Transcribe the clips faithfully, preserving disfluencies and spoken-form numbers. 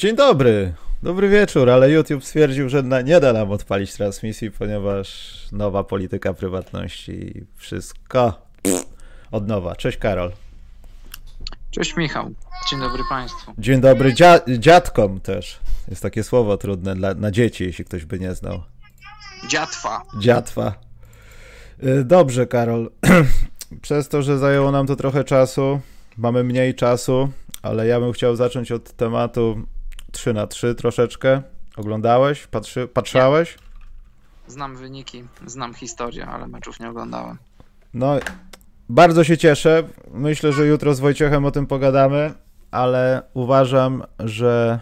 Dzień dobry, dobry wieczór, ale YouTube stwierdził, że na, nie da nam odpalić transmisji, ponieważ nowa polityka prywatności i wszystko pff, od nowa. Cześć Karol. Cześć Michał, dzień dobry Państwu. Dzień dobry dzia- dziadkom też. Jest takie słowo trudne dla, na dzieci, jeśli ktoś by nie znał. Dziatwa. Dziatwa. Dobrze Karol, przez to, że zajęło nam to trochę czasu, mamy mniej czasu, ale ja bym chciał zacząć od tematu trzy na trzy troszeczkę. Oglądałeś? Patrzy, patrzałeś? Znam wyniki, znam historię, ale meczów nie oglądałem. No, bardzo się cieszę. Myślę, że jutro z Wojciechem o tym pogadamy, ale uważam, że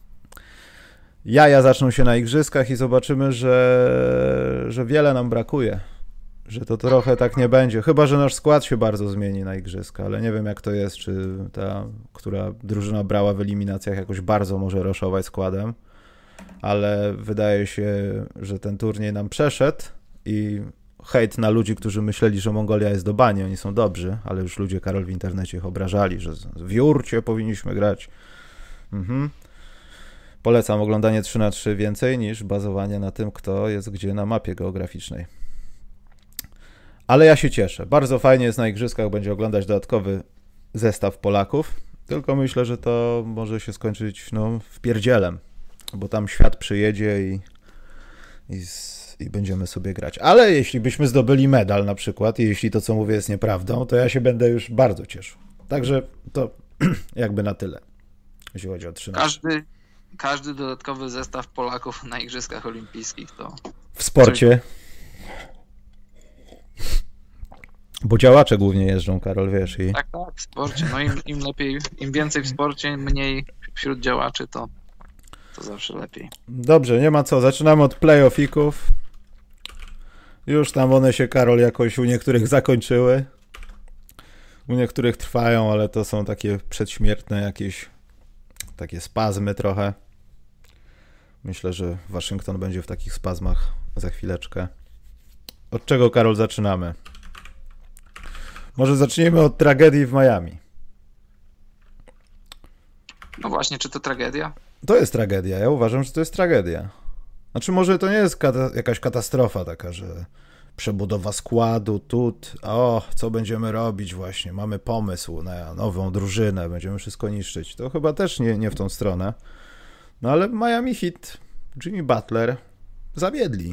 jaja zaczną się na igrzyskach i zobaczymy, że, że wiele nam brakuje. Że to trochę tak nie będzie. Chyba że nasz skład się bardzo zmieni na igrzyska, ale nie wiem jak to jest, czy ta, która drużyna brała w eliminacjach jakoś bardzo może roszować składem, ale wydaje się, że ten turniej nam przeszedł i hejt na ludzi, którzy myśleli, że Mongolia jest do bani, oni są dobrzy, ale już ludzie, Karol, w internecie ich obrażali, że w jurcie powinniśmy grać. Mhm. Polecam oglądanie trzy na trzy więcej niż bazowanie na tym, kto jest gdzie na mapie geograficznej. Ale ja się cieszę. Bardzo fajnie jest na igrzyskach, będzie oglądać dodatkowy zestaw Polaków, tylko myślę, że to może się skończyć no, wpierdzielem, bo tam świat przyjedzie i, i, i będziemy sobie grać. Ale jeśli byśmy zdobyli medal na przykład i jeśli to, co mówię, jest nieprawdą, to ja się będę już bardzo cieszył. Także to jakby na tyle, jeśli chodzi o trzynaście. Każdy, każdy dodatkowy zestaw Polaków na Igrzyskach Olimpijskich to... W sporcie... Coś... Bo działacze głównie jeżdżą, Karol, wiesz. I... Tak, tak, w sporcie. No im, im lepiej, im więcej w sporcie, mniej wśród działaczy, to, to zawsze lepiej. Dobrze, nie ma co. Zaczynamy od play-offików. Już tam one się, Karol, jakoś u niektórych zakończyły. U niektórych trwają, ale to są takie przedśmiertne jakieś takie spazmy trochę. Myślę, że Waszyngton będzie w takich spazmach za chwileczkę. Od czego, Karol, zaczynamy? Może zaczniemy od tragedii w Miami. No właśnie, czy to tragedia? To jest tragedia. Ja uważam, że to jest tragedia. Znaczy może to nie jest kata- jakaś katastrofa taka, że przebudowa składu, tut, o, co będziemy robić właśnie, mamy pomysł na nową drużynę, będziemy wszystko niszczyć. To chyba też nie, nie w tą stronę. No ale Miami Heat, Jimmy Butler zawiedli.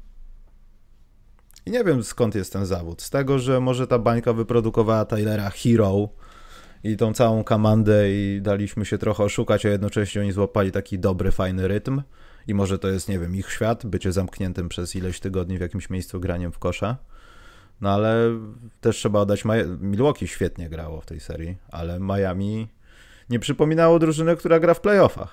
I nie wiem skąd jest ten zawód. Z tego, że może ta bańka wyprodukowała Tylera Hero i tą całą komandę i daliśmy się trochę oszukać, a jednocześnie oni złapali taki dobry, fajny rytm. I może to jest, nie wiem, ich świat, bycie zamkniętym przez ileś tygodni w jakimś miejscu graniem w kosza. No ale też trzeba oddać, Milwaukee świetnie grało w tej serii, ale Miami nie przypominało drużyny, która gra w playoffach.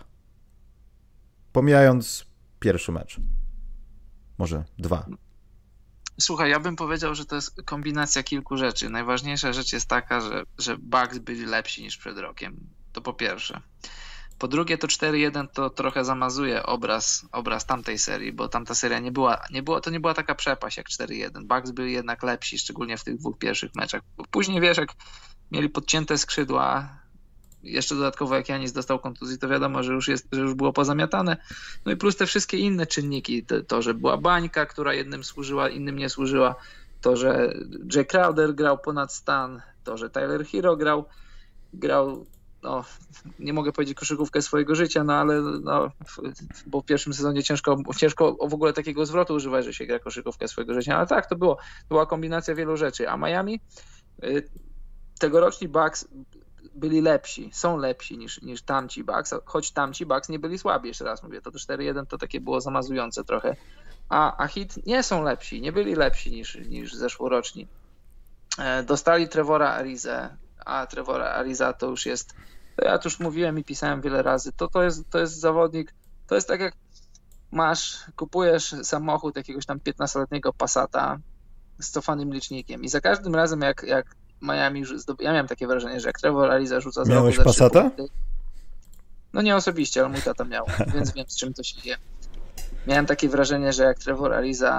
Pomijając pierwszy mecz. Może dwa. Słuchaj, ja bym powiedział, że to jest kombinacja kilku rzeczy. Najważniejsza rzecz jest taka, że, że Bucks byli lepsi niż przed rokiem. To po pierwsze. Po drugie, to cztery jeden to trochę zamazuje obraz, obraz tamtej serii, bo tamta seria nie była, nie było, to nie była taka przepaść jak cztery jeden. Bucks byli jednak lepsi, szczególnie w tych dwóch pierwszych meczach. Później, wiesz, jak mieli podcięte skrzydła, jeszcze dodatkowo jak Janis dostał kontuzji, to wiadomo, że już, jest, że już było pozamiatane. No i plus te wszystkie inne czynniki. To, to, że była bańka, która jednym służyła, innym nie służyła. To, że Jay Crowder grał ponad stan. To, że Tyler Hero grał, grał no, nie mogę powiedzieć koszykówkę swojego życia, no ale no, bo w pierwszym sezonie ciężko, ciężko w ogóle takiego zwrotu używać, że się gra koszykówkę swojego życia, ale tak, to było. To była kombinacja wielu rzeczy. A Miami, tegoroczni Bucks byli lepsi, są lepsi niż, niż tamci Bucks, choć tamci Bucks nie byli słabi, jeszcze raz mówię, to cztery jeden to takie było zamazujące trochę, a, a Heat nie są lepsi, nie byli lepsi niż, niż zeszłoroczni. Dostali Trevora Arizę, a Trevora Ariza to już jest, to ja tu już mówiłem i pisałem wiele razy, to, to, jest, to jest zawodnik, to jest tak jak masz, kupujesz samochód jakiegoś tam piętnastoletniego Passata z cofanym licznikiem i za każdym razem jak, jak Miami, ja miałem takie wrażenie, że jak Trevor Ariza rzuca z Miałeś Passata? Punkty, no nie osobiście, ale mój tata miał, więc wiem z czym to się je. Miałem takie wrażenie, że jak Trevor Ariza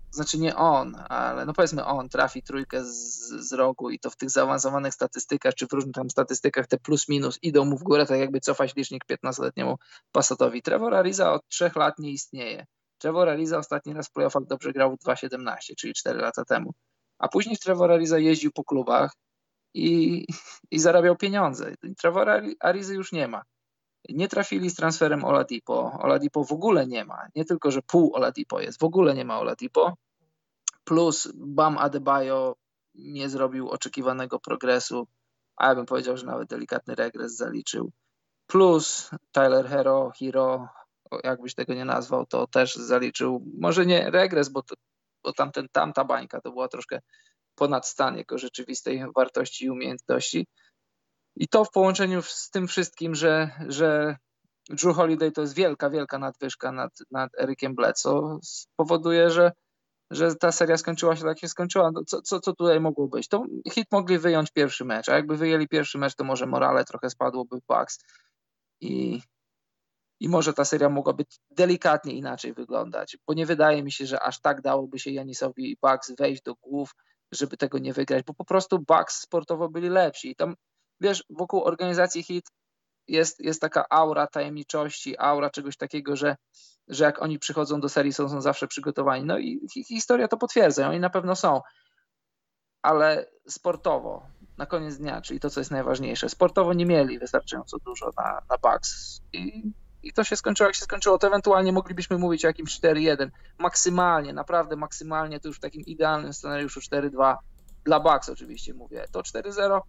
znaczy nie on, ale no powiedzmy on trafi trójkę z, z rogu i to w tych zaawansowanych statystykach, czy w różnych tam statystykach te plus minus idą mu w górę, tak jakby cofać licznik piętnastoletniemu Passatowi. Trevor Ariza od trzech lat nie istnieje. Trevor Ariza ostatni raz w playoffach dobrze grał w dwa tysiące siedemnastym, czyli cztery lata temu. A później Trevor Ariza jeździł po klubach i, i zarabiał pieniądze. Trevor Arizy już nie ma. Nie trafili z transferem Oladipo. Oladipo w ogóle nie ma. Nie tylko, że pół Oladipo jest, w ogóle nie ma Oladipo. Plus Bam Adebayo nie zrobił oczekiwanego progresu, a ja bym powiedział, że nawet delikatny regres zaliczył. Plus Tyler Hero, Hero, jakbyś tego nie nazwał, to też zaliczył, może nie regres, bo, to, bo tamten, tamta bańka to była troszkę ponad stan jako rzeczywistej wartości i umiejętności. I to w połączeniu z tym wszystkim, że, że Jrue Holiday to jest wielka, wielka nadwyżka nad, nad Ericiem Bledsoe, spowoduje, że, że ta seria skończyła się tak, jak się skończyła. No co, co, co tutaj mogło być? To Heat mogli wyjąć pierwszy mecz, a jakby wyjęli pierwszy mecz, to może morale trochę spadłoby w Bucks i, i może ta seria mogłaby delikatnie inaczej wyglądać, bo nie wydaje mi się, że aż tak dałoby się Giannisowi i Bucks wejść do głów, żeby tego nie wygrać, bo po prostu Bucks sportowo byli lepsi i tam, wiesz, wokół organizacji Heat jest, jest taka aura tajemniczości, aura czegoś takiego, że, że jak oni przychodzą do serii, są, są zawsze przygotowani. No i historia to potwierdza, oni na pewno są, ale sportowo, na koniec dnia, czyli to, co jest najważniejsze, sportowo nie mieli wystarczająco dużo na, na Bucks i, i to się skończyło, jak się skończyło, to ewentualnie moglibyśmy mówić o jakimś cztery jeden, maksymalnie, naprawdę maksymalnie, to już w takim idealnym scenariuszu cztery dwa, dla Bucks oczywiście mówię, to cztery zero.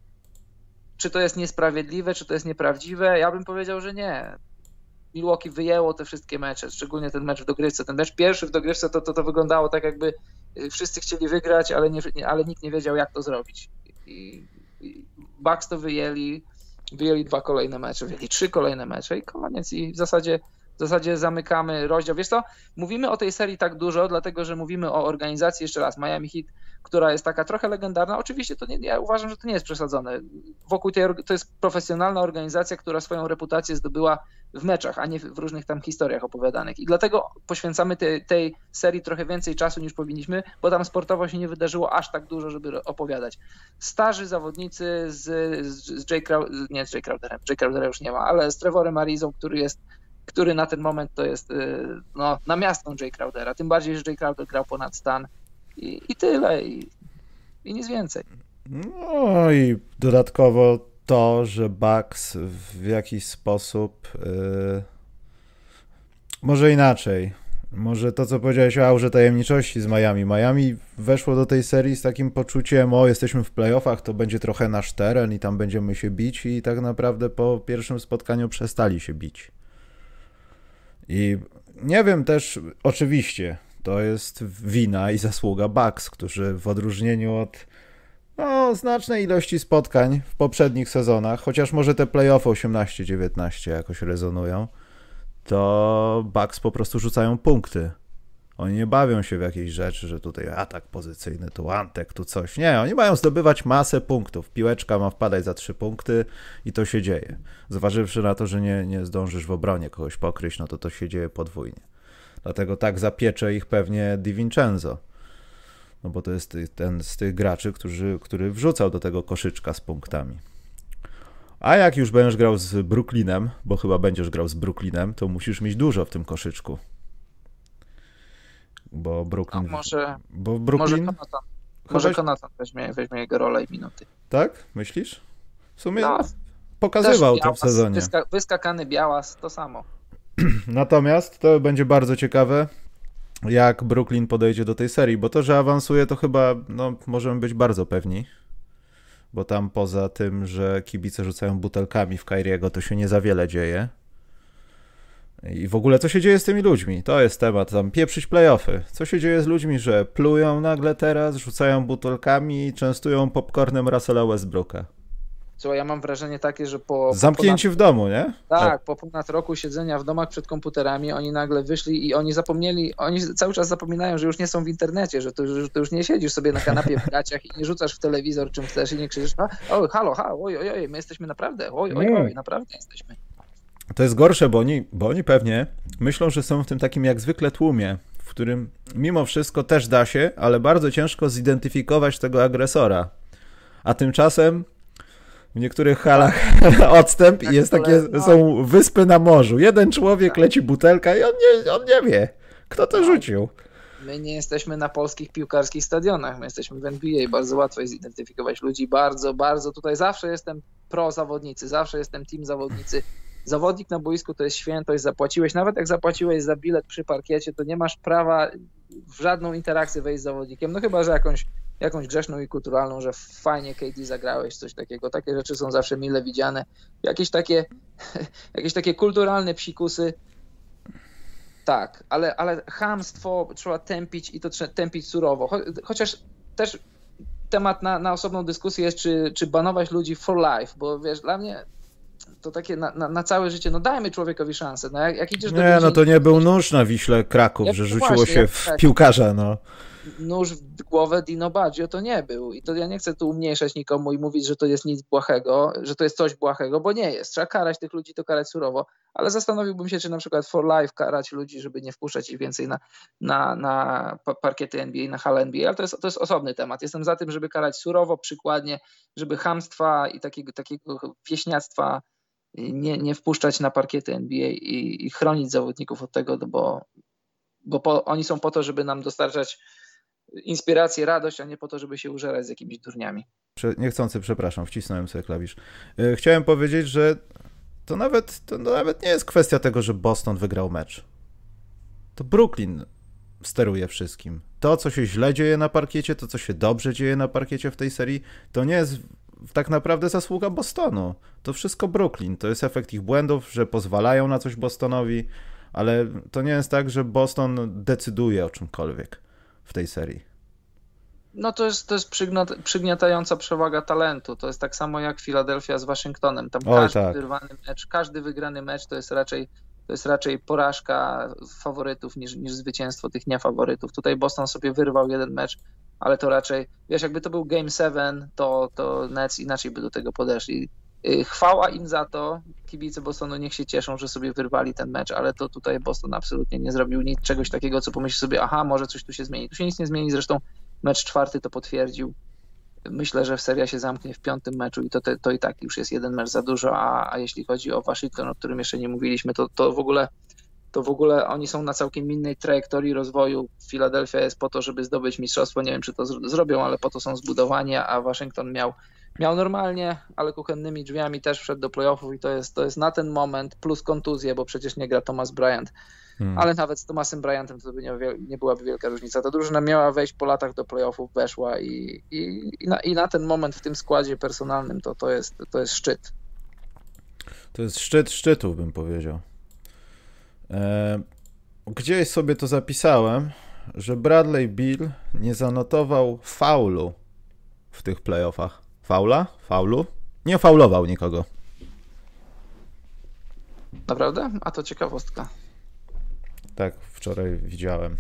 Czy to jest niesprawiedliwe, czy to jest nieprawdziwe? Ja bym powiedział, że nie. Milwaukee wyjęło te wszystkie mecze, szczególnie ten mecz w dogrywce. Ten mecz pierwszy w dogrywce to, to, to wyglądało tak, jakby wszyscy chcieli wygrać, ale, nie, ale nikt nie wiedział, jak to zrobić. I, i Bucks to wyjęli, wyjęli dwa kolejne mecze, wyjęli trzy kolejne mecze i koniec. I w zasadzie, w zasadzie zamykamy rozdział. Wiesz co, mówimy o tej serii tak dużo, dlatego że mówimy o organizacji, jeszcze raz, Miami Heat, która jest taka trochę legendarna. Oczywiście to nie, ja uważam, że to nie jest przesadzone. Wokół tej, to jest profesjonalna organizacja, która swoją reputację zdobyła w meczach, a nie w różnych tam historiach opowiadanych. I dlatego poświęcamy tej, tej serii trochę więcej czasu niż powinniśmy, bo tam sportowo się nie wydarzyło aż tak dużo, żeby opowiadać. Starzy zawodnicy z, z, z Jay Crowder, nie z Jay Crowderem, Jay Crowdera już nie ma, ale z Trevorem Arizą, który jest który na ten moment to jest no, namiastką Jay Crowdera. Tym bardziej, że Jay Crowder grał ponad stan. I, i tyle, i, i nic więcej. No i dodatkowo to, że Bucks w jakiś sposób yy, może inaczej, może to, co powiedziałeś o aurze tajemniczości z Miami. Miami weszło do tej serii z takim poczuciem, o, jesteśmy w playoffach, to będzie trochę nasz teren i tam będziemy się bić i tak naprawdę po pierwszym spotkaniu przestali się bić. I nie wiem też, oczywiście, to jest wina i zasługa Bucks, którzy w odróżnieniu od no, znacznej ilości spotkań w poprzednich sezonach, chociaż może te play-offy osiemnaście dziewiętnaście jakoś rezonują, to Bucks po prostu rzucają punkty. Oni nie bawią się w jakieś rzeczy, że tutaj atak pozycyjny, tu antek, tu coś. Nie, oni mają zdobywać masę punktów. Piłeczka ma wpadać za trzy punkty i to się dzieje. Zważywszy na to, że nie, nie zdążysz w obronie kogoś pokryć, no to to się dzieje podwójnie. Dlatego tak zapiecze ich pewnie DiVincenzo. No bo to jest ten z tych graczy, którzy, który wrzucał do tego koszyczka z punktami. A jak już będziesz grał z Brooklynem, bo chyba będziesz grał z Brooklynem, to musisz mieć dużo w tym koszyczku. Bo Brooklyn... No może, bo Brooklyn... może Konatan, może Konatan weźmie, weźmie jego rolę i minuty. Tak? Myślisz? W sumie no, pokazywał to w sezonie. Wyska, wyskakany Białas, to samo. Natomiast to będzie bardzo ciekawe, jak Brooklyn podejdzie do tej serii, bo to, że awansuje, to chyba no, możemy być bardzo pewni, bo tam poza tym, że kibice rzucają butelkami w Kyriego, to się nie za wiele dzieje. I w ogóle co się dzieje z tymi ludźmi? To jest temat, tam pieprzyć play-offy. Co się dzieje z ludźmi, że plują nagle teraz, rzucają butelkami i częstują popcornem Russella Westbrooka? Słuchaj, ja mam wrażenie takie, że po... Zamknięci po ponad, w domu, nie? Tak, tak, po ponad roku siedzenia w domach przed komputerami, oni nagle wyszli i oni zapomnieli, oni cały czas zapominają, że już nie są w internecie, że to, że to już nie siedzisz sobie na kanapie w gaciach i nie rzucasz w telewizor czym chcesz i nie krzyczysz, oj, halo, halo, oj, oj, oj, my jesteśmy naprawdę, oj, oj, oj, naprawdę jesteśmy. To jest gorsze, bo oni, bo oni pewnie myślą, że są w tym takim jak zwykle tłumie, w którym mimo wszystko też da się, ale bardzo ciężko zidentyfikować tego agresora. A tymczasem w niektórych halach odstęp i jest takie, są wyspy na morzu. Jeden człowiek leci butelka i on nie, on nie wie, kto to rzucił. My nie jesteśmy na polskich piłkarskich stadionach, my jesteśmy w N B A, bardzo łatwo jest zidentyfikować ludzi, bardzo, bardzo tutaj zawsze jestem pro zawodnicy, zawsze jestem team zawodnicy. Zawodnik na boisku to jest świętość, zapłaciłeś, nawet jak zapłaciłeś za bilet przy parkiecie, to nie masz prawa w żadną interakcję wejść z zawodnikiem, no chyba, że jakąś, jakąś grzeszną i kulturalną, że fajnie K D zagrałeś, coś takiego, takie rzeczy są zawsze mile widziane. Jakieś takie, jakieś takie kulturalne psikusy, tak, ale, ale chamstwo trzeba tępić i to trzeba tępić surowo. Cho, chociaż też temat na, na osobną dyskusję jest, czy, czy banować ludzi for life, bo wiesz, dla mnie to takie na, na, na całe życie, no dajmy człowiekowi szansę. No jak, jak idziesz do Nie, ludzi, no to nie był nóż na Wiśle Kraków, jak, że no rzuciło właśnie, się jak, w tak, piłkarza, no. Nóż w głowę Dino Baggio to nie był. I to ja nie chcę tu umniejszać nikomu i mówić, że to jest nic błahego, że to jest coś błahego, bo nie jest. Trzeba karać tych ludzi, to karać surowo. Ale zastanowiłbym się, czy na przykład for life karać ludzi, żeby nie wpuszczać ich więcej na, na, na parkiety N B A, na halę N B A, ale to jest, to jest osobny temat. Jestem za tym, żeby karać surowo, przykładnie, żeby chamstwa i takiego, takiego wieśniactwa nie, nie wpuszczać na parkiety N B A i, i chronić zawodników od tego, bo, bo po, oni są po to, żeby nam dostarczać inspirację, radość, a nie po to, żeby się użerać z jakimiś durniami. Niechcący, przepraszam, wcisnąłem sobie klawisz. Chciałem powiedzieć, że to nawet, to nawet nie jest kwestia tego, że Boston wygrał mecz. To Brooklyn steruje wszystkim. To, co się źle dzieje na parkiecie, to, co się dobrze dzieje na parkiecie w tej serii, to nie jest tak naprawdę zasługa Bostonu. To wszystko Brooklyn. To jest efekt ich błędów, że pozwalają na coś Bostonowi, ale to nie jest tak, że Boston decyduje o czymkolwiek w tej serii. No to jest, to jest przygniat, przygniatająca przewaga talentu. To jest tak samo jak Philadelphia z Waszyngtonem. Tam Oj, każdy tak. wyrwany mecz, każdy wygrany mecz to jest raczej, to jest raczej porażka faworytów niż, niż zwycięstwo tych niefaworytów. Tutaj Boston sobie wyrwał jeden mecz, ale to raczej, wiesz, jakby to był Game siedem, to, to Nets inaczej by do tego podeszli. Chwała im za to, kibice Bostonu niech się cieszą, że sobie wyrwali ten mecz, ale to tutaj Boston absolutnie nie zrobił nic, czegoś takiego, co pomyśli sobie, aha, może coś tu się zmieni. Tu się nic nie zmieni, zresztą mecz czwarty to potwierdził. Myślę, że seria się zamknie w piątym meczu i to, to, to i tak już jest jeden mecz za dużo, a, a jeśli chodzi o Waszyngton, o którym jeszcze nie mówiliśmy, to, to w ogóle to w ogóle oni są na całkiem innej trajektorii rozwoju. Philadelphia jest po to, żeby zdobyć mistrzostwo, nie wiem, czy to zrobią, ale po to są zbudowani, a Waszyngton miał Miał normalnie, ale kuchennymi drzwiami też wszedł do playoffów i to jest, to jest na ten moment plus kontuzje, bo przecież nie gra Thomas Bryant. Hmm. Ale nawet z Thomasem Bryantem to by nie, nie byłaby wielka różnica. Ta drużyna miała wejść po latach do playoffów, weszła i, i, i, na, i na ten moment w tym składzie personalnym to, to, jest, to jest szczyt. To jest szczyt szczytów, bym powiedział. E, gdzieś sobie to zapisałem, że Bradley Beal nie zanotował faulu w tych playoffach. Faula? Faulu? Nie faulował nikogo. Naprawdę? A to ciekawostka. Tak, wczoraj widziałem.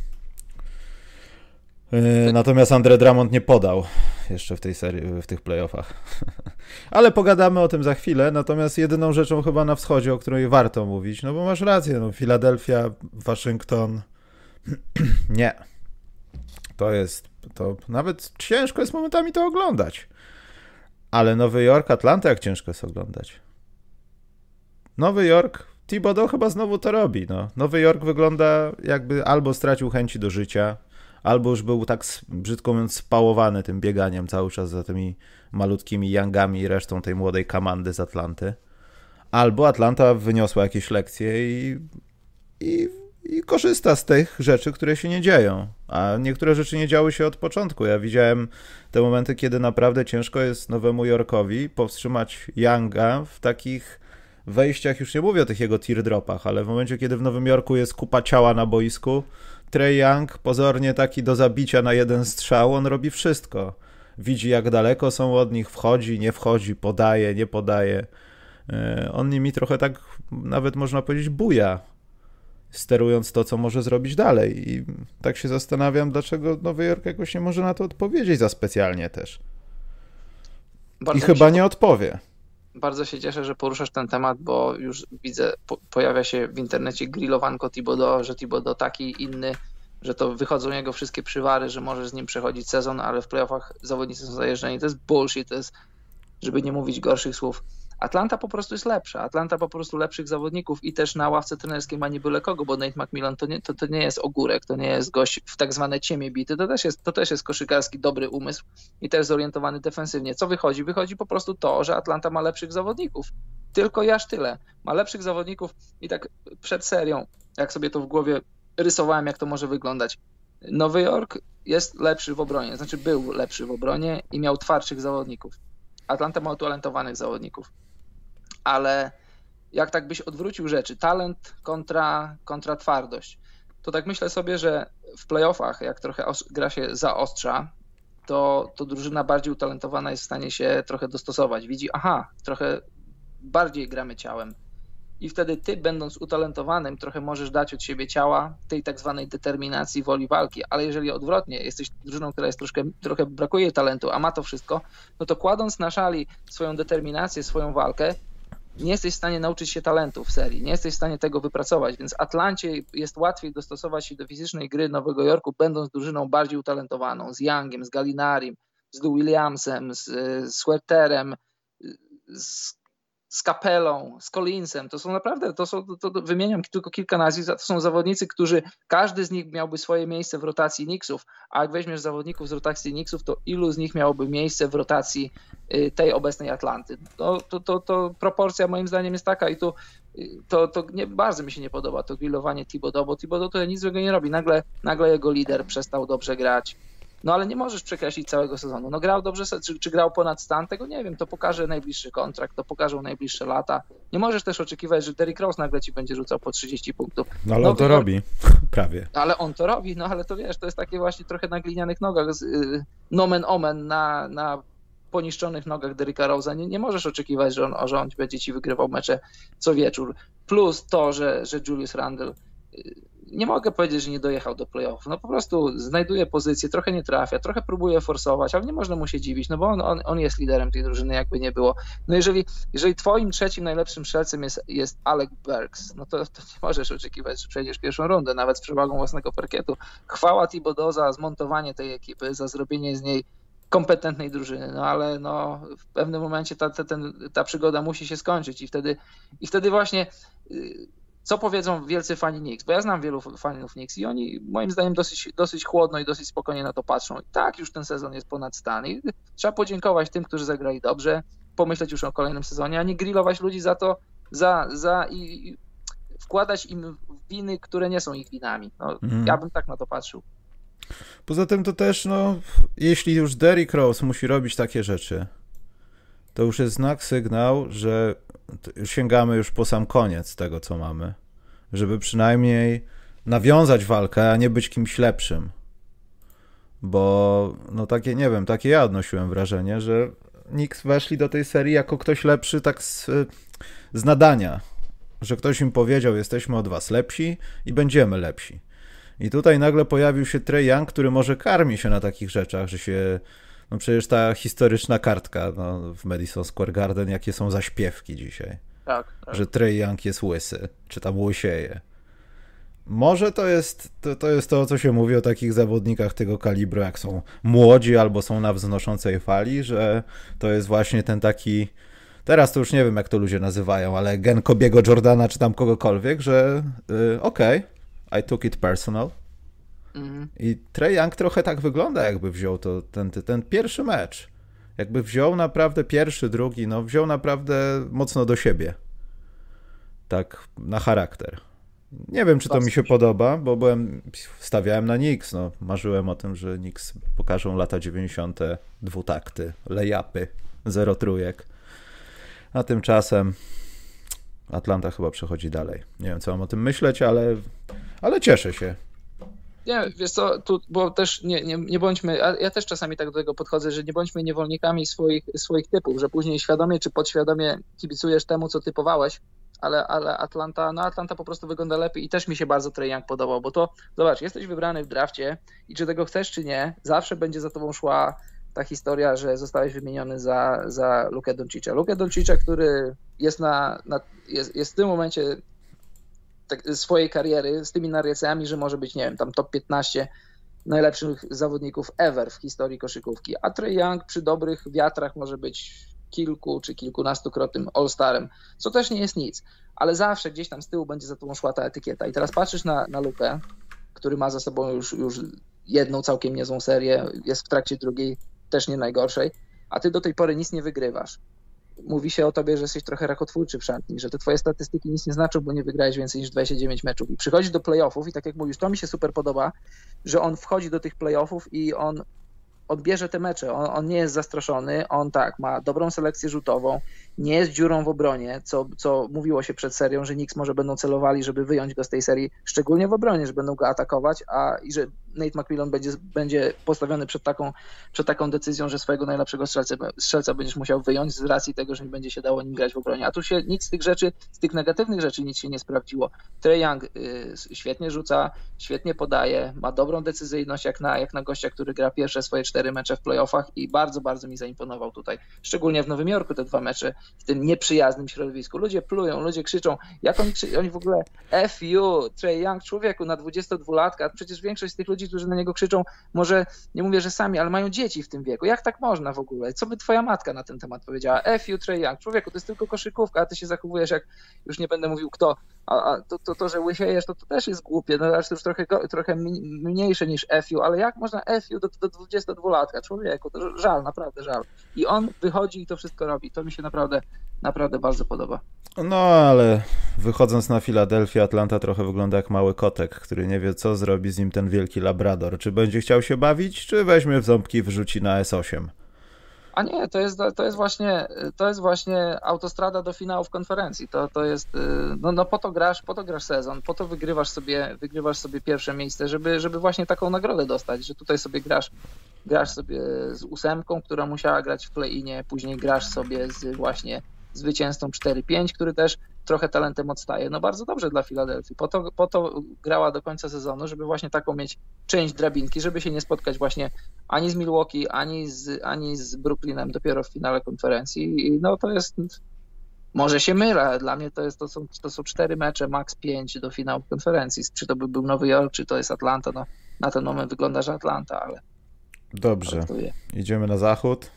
Yy, natomiast Andre Drummond nie podał jeszcze w tej serii, w tych playoffach. Ale pogadamy o tym za chwilę. Natomiast jedyną rzeczą chyba na wschodzie, o której warto mówić, no bo masz rację, no Filadelfia, Waszyngton. Nie. To jest, to nawet ciężko jest momentami to oglądać. Ale Nowy Jork, Atlanta, jak ciężko jest oglądać. Nowy Jork, Thibodeau chyba znowu to robi. No. Nowy Jork wygląda jakby albo stracił chęci do życia, albo już był tak, brzydko mówiąc, spałowany tym bieganiem cały czas za tymi malutkimi Youngami i resztą tej młodej komandy z Atlanty. Albo Atlanta wyniosła jakieś lekcje i, i, i korzysta z tych rzeczy, które się nie dzieją. A niektóre rzeczy nie działy się od początku. Ja widziałem te momenty, kiedy naprawdę ciężko jest Nowemu Jorkowi powstrzymać Younga w takich wejściach, już nie mówię o tych jego teardropach, ale w momencie, kiedy w Nowym Jorku jest kupa ciała na boisku, Trae Young, pozornie taki do zabicia na jeden strzał, on robi wszystko. Widzi, jak daleko są od nich, wchodzi, nie wchodzi, podaje, nie podaje. On nimi trochę tak, nawet można powiedzieć, buja, sterując to, co może zrobić dalej. I tak się zastanawiam, dlaczego Nowy Jork jakoś nie może na to odpowiedzieć za specjalnie też. Bardzo I chyba się... nie odpowie. Bardzo się cieszę, że poruszasz ten temat, bo już widzę, po, pojawia się w internecie grillowanko Thibodeau, że Thibodeau taki, inny. że to wychodzą jego wszystkie przywary, że możesz z nim przechodzić sezon, ale w playoffach zawodnicy są zajeżdżeni. To jest bullshit, to jest, żeby nie mówić gorszych słów. Atlanta po prostu jest lepsza. Atlanta po prostu lepszych zawodników i też na ławce trenerskiej ma nie byle kogo, bo Nate McMillan to nie, to, to nie jest ogórek, to nie jest gość w tak zwane ciemię bity, to też jest, to też jest koszykarski dobry umysł i też zorientowany defensywnie. Co wychodzi? Wychodzi po prostu to, że Atlanta ma lepszych zawodników. Tylko i aż tyle. Ma lepszych zawodników i tak przed serią, jak sobie to w głowie rysowałem, jak to może wyglądać. Nowy Jork jest lepszy w obronie, znaczy był lepszy w obronie i miał twardszych zawodników. Atlanta ma utalentowanych zawodników. Ale jak tak byś odwrócił rzeczy, talent kontra, kontra twardość, to tak myślę sobie, że w playoffach, jak trochę gra się zaostrza, to, to drużyna bardziej utalentowana jest w stanie się trochę dostosować. Widzi, aha, trochę bardziej gramy ciałem. I wtedy ty, będąc utalentowanym, trochę możesz dać od siebie ciała, tej tak zwanej determinacji, woli walki, ale jeżeli odwrotnie, jesteś drużyną, która jest troszkę, trochę brakuje jej talentu, a ma to wszystko, no to kładąc na szali swoją determinację, swoją walkę, nie jesteś w stanie nauczyć się talentu w serii, nie jesteś w stanie tego wypracować, więc Atlancie jest łatwiej dostosować się do fizycznej gry Nowego Jorku, będąc drużyną bardziej utalentowaną, z Youngiem, z Gallinarim, z Lou Williamsem, z, z Sweaterem, z z Capellą, z Collinsem, to są naprawdę, to są, to, to wymieniam tylko kilka nazwisk, to są zawodnicy, którzy, każdy z nich miałby swoje miejsce w rotacji Knicksów, a jak weźmiesz zawodników z rotacji Knicksów, to ilu z nich miałoby miejsce w rotacji tej obecnej Atlanty? To, to, to, to proporcja moim zdaniem jest taka i tu to, to nie, bardzo mi się nie podoba to grillowanie Thibodeau, bo Thibodeau to nic złego nie robi, nagle, nagle jego lider przestał dobrze grać. No ale nie możesz przekreślić całego sezonu. No grał dobrze, czy, czy grał ponad stan, tego nie wiem, to pokaże najbliższy kontrakt, to pokażą najbliższe lata. Nie możesz też oczekiwać, że Derrick Rose nagle ci będzie rzucał po trzydzieści punktów. No ale no, on to robi, prawie. Ale on to robi, no ale to wiesz, to jest takie właśnie trochę na glinianych nogach, z, y, nomen omen na, na poniszczonych nogach Derricka Rose'a. Nie, nie możesz oczekiwać, że on, że on będzie ci wygrywał mecze co wieczór. Plus to, że, że Julius Randle y, nie mogę powiedzieć, że nie dojechał do playoffów. No po prostu znajduje pozycję, trochę nie trafia, trochę próbuje forsować, ale nie można mu się dziwić, no bo on, on, on jest liderem tej drużyny, jakby nie było. No jeżeli, jeżeli twoim trzecim najlepszym strzelcem jest, jest Alec Burks, no to, to nie możesz oczekiwać, że przejdziesz pierwszą rundę, nawet z przewagą własnego parkietu. Chwała Thibodeau za zmontowanie tej ekipy, za zrobienie z niej kompetentnej drużyny, no ale no, w pewnym momencie ta, ta, ten, ta przygoda musi się skończyć i wtedy, i wtedy właśnie yy, co powiedzą wielcy fani Knicks, bo ja znam wielu fanów Knicks i oni moim zdaniem dosyć, dosyć chłodno i dosyć spokojnie na to patrzą. I tak, już ten sezon jest ponad stan i trzeba podziękować tym, którzy zagrali dobrze, pomyśleć już o kolejnym sezonie, a nie grillować ludzi za to, za, za i, i wkładać im winy, które nie są ich winami. No, mhm. Ja bym tak na to patrzył. Poza tym to też, no, jeśli już Derrick Rose musi robić takie rzeczy, to już jest znak, sygnał, że sięgamy już po sam koniec tego, co mamy. Żeby przynajmniej nawiązać walkę, a nie być kimś lepszym. Bo, no takie, nie wiem, takie ja odnosiłem wrażenie, że Knicks weszli do tej serii jako ktoś lepszy tak z, z nadania. Że ktoś im powiedział, jesteśmy od was lepsi i będziemy lepsi. I tutaj nagle pojawił się Trae Young, który może karmi się na takich rzeczach, że się... No przecież ta historyczna kartka no, w Madison Square Garden, jakie są zaśpiewki dzisiaj. Tak, tak. Że Trae Young jest łysy, czy tam łysieje. Może to jest, to, to jest to, co się mówi o takich zawodnikach tego kalibru, jak są młodzi albo są na wznoszącej fali, że to jest właśnie ten taki, teraz to już nie wiem, jak to ludzie nazywają, ale gen Kobiego Jordana, czy tam kogokolwiek, że yy, okej, okay, I took it personal. I Trae Young trochę tak wygląda, jakby wziął to, ten, ten pierwszy mecz. Jakby wziął naprawdę pierwszy, drugi, no wziął naprawdę mocno do siebie. Tak, na charakter. Nie wiem, czy to mi się podoba, bo byłem, stawiałem na Knicks, no. Marzyłem o tym, że Knicks pokażą lata dziewięćdziesiąte, dwutakty, lay-upy, zero trójek. A tymczasem Atlanta chyba przechodzi dalej. Nie wiem, co mam o tym myśleć, ale, ale cieszę się. Nie, wiesz co, tu, bo też nie, nie, nie bądźmy, a ja też czasami tak do tego podchodzę, że nie bądźmy niewolnikami swoich, swoich typów, że później świadomie czy podświadomie kibicujesz temu, co typowałeś, ale, ale Atlanta, no Atlanta po prostu wygląda lepiej i też mi się bardzo Trae Young podobał, bo to, zobacz, jesteś wybrany w drafcie i czy tego chcesz, czy nie, zawsze będzie za tobą szła ta historia, że zostałeś wymieniony za, za Lukę Doncicza. Lukę Doncicza, który jest, na, na, jest, jest w tym momencie tak, swojej kariery z tymi narracjami, że może być, nie wiem, tam top piętnaście najlepszych zawodników ever w historii koszykówki, a Trae Young przy dobrych wiatrach może być kilku czy kilkunastokrotnym All-Starem, co też nie jest nic, ale zawsze gdzieś tam z tyłu będzie za tobą szła ta etykieta. I teraz patrzysz na, na Lukę, który ma za sobą już, już jedną całkiem niezłą serię, jest w trakcie drugiej, też nie najgorszej, a ty do tej pory nic nie wygrywasz. Mówi się o tobie, że jesteś trochę rakotwórczy w szatni, że te twoje statystyki nic nie znaczą, bo nie wygrałeś więcej niż dwadzieścia dziewięć meczów. I przychodzisz do playoffów i tak jak mówisz, to mi się super podoba, że on wchodzi do tych playoffów i on odbierze te mecze, on, on nie jest zastraszony, on tak, ma dobrą selekcję rzutową, nie jest dziurą w obronie, co, co mówiło się przed serią, że Knicks może będą celowali, żeby wyjąć go z tej serii, szczególnie w obronie, że będą go atakować, a i że Nate McMillan będzie, będzie postawiony przed taką, przed taką decyzją, że swojego najlepszego strzelca, strzelca będziesz musiał wyjąć z racji tego, że nie będzie się dało nim grać w obronie. A tu się nic z tych rzeczy, z tych negatywnych rzeczy nic się nie sprawdziło. Trae Young y, świetnie rzuca, świetnie podaje, ma dobrą decyzyjność jak na, jak na gościa, który gra pierwsze swoje cztery mecze w playoffach i bardzo, bardzo mi zaimponował tutaj. Szczególnie w Nowym Jorku te dwa mecze w tym nieprzyjaznym środowisku. Ludzie plują, ludzie krzyczą, jak oni, oni w ogóle F you, Trae Young, człowieku na dwudziestodwulatka, przecież większość z tych ludzi, którzy na niego krzyczą, może nie mówię, że sami, ale mają dzieci w tym wieku. Jak tak można w ogóle? Co by twoja matka na ten temat powiedziała? F you, Trae Young, człowieku, to jest tylko koszykówka, a ty się zachowujesz jak, już nie będę mówił kto, a, a to, to, to, że łysiejesz, to, to też jest głupie, no aż to już trochę, trochę mniejsze niż F you, ale jak można F you do, do dwudziestodwulatka? Człowieku, to żal, naprawdę żal. I on wychodzi i to wszystko robi. To mi się naprawdę, naprawdę bardzo podoba. No, ale wychodząc na Filadelfię, Atlanta trochę wygląda jak mały kotek, który nie wie, co zrobi z nim ten wielki labrador. Czy będzie chciał się bawić, czy weźmie w ząbki i wrzuci na S osiem? A nie, to jest, to jest właśnie to jest właśnie autostrada do finałów konferencji. To, to jest, no, no po to grasz, po to grasz sezon, po to wygrywasz sobie, wygrywasz sobie pierwsze miejsce, żeby, żeby właśnie taką nagrodę dostać, że tutaj sobie grasz, grasz sobie z ósemką, która musiała grać w play-inie, później grasz sobie z właśnie zwycięzcą cztery pięć, który też trochę talentem odstaje. No bardzo dobrze dla Filadelfii. Po to, po to grała do końca sezonu, żeby właśnie taką mieć część drabinki, żeby się nie spotkać właśnie ani z Milwaukee, ani z, ani z Brooklynem dopiero w finale konferencji. I no to jest, może się mylę, ale dla mnie to, jest, to, są, to są cztery mecze, max pięć do finału konferencji. Czy to by był Nowy Jork, czy to jest Atlanta, no na ten moment wygląda, że Atlanta, ale... Dobrze, idziemy na zachód.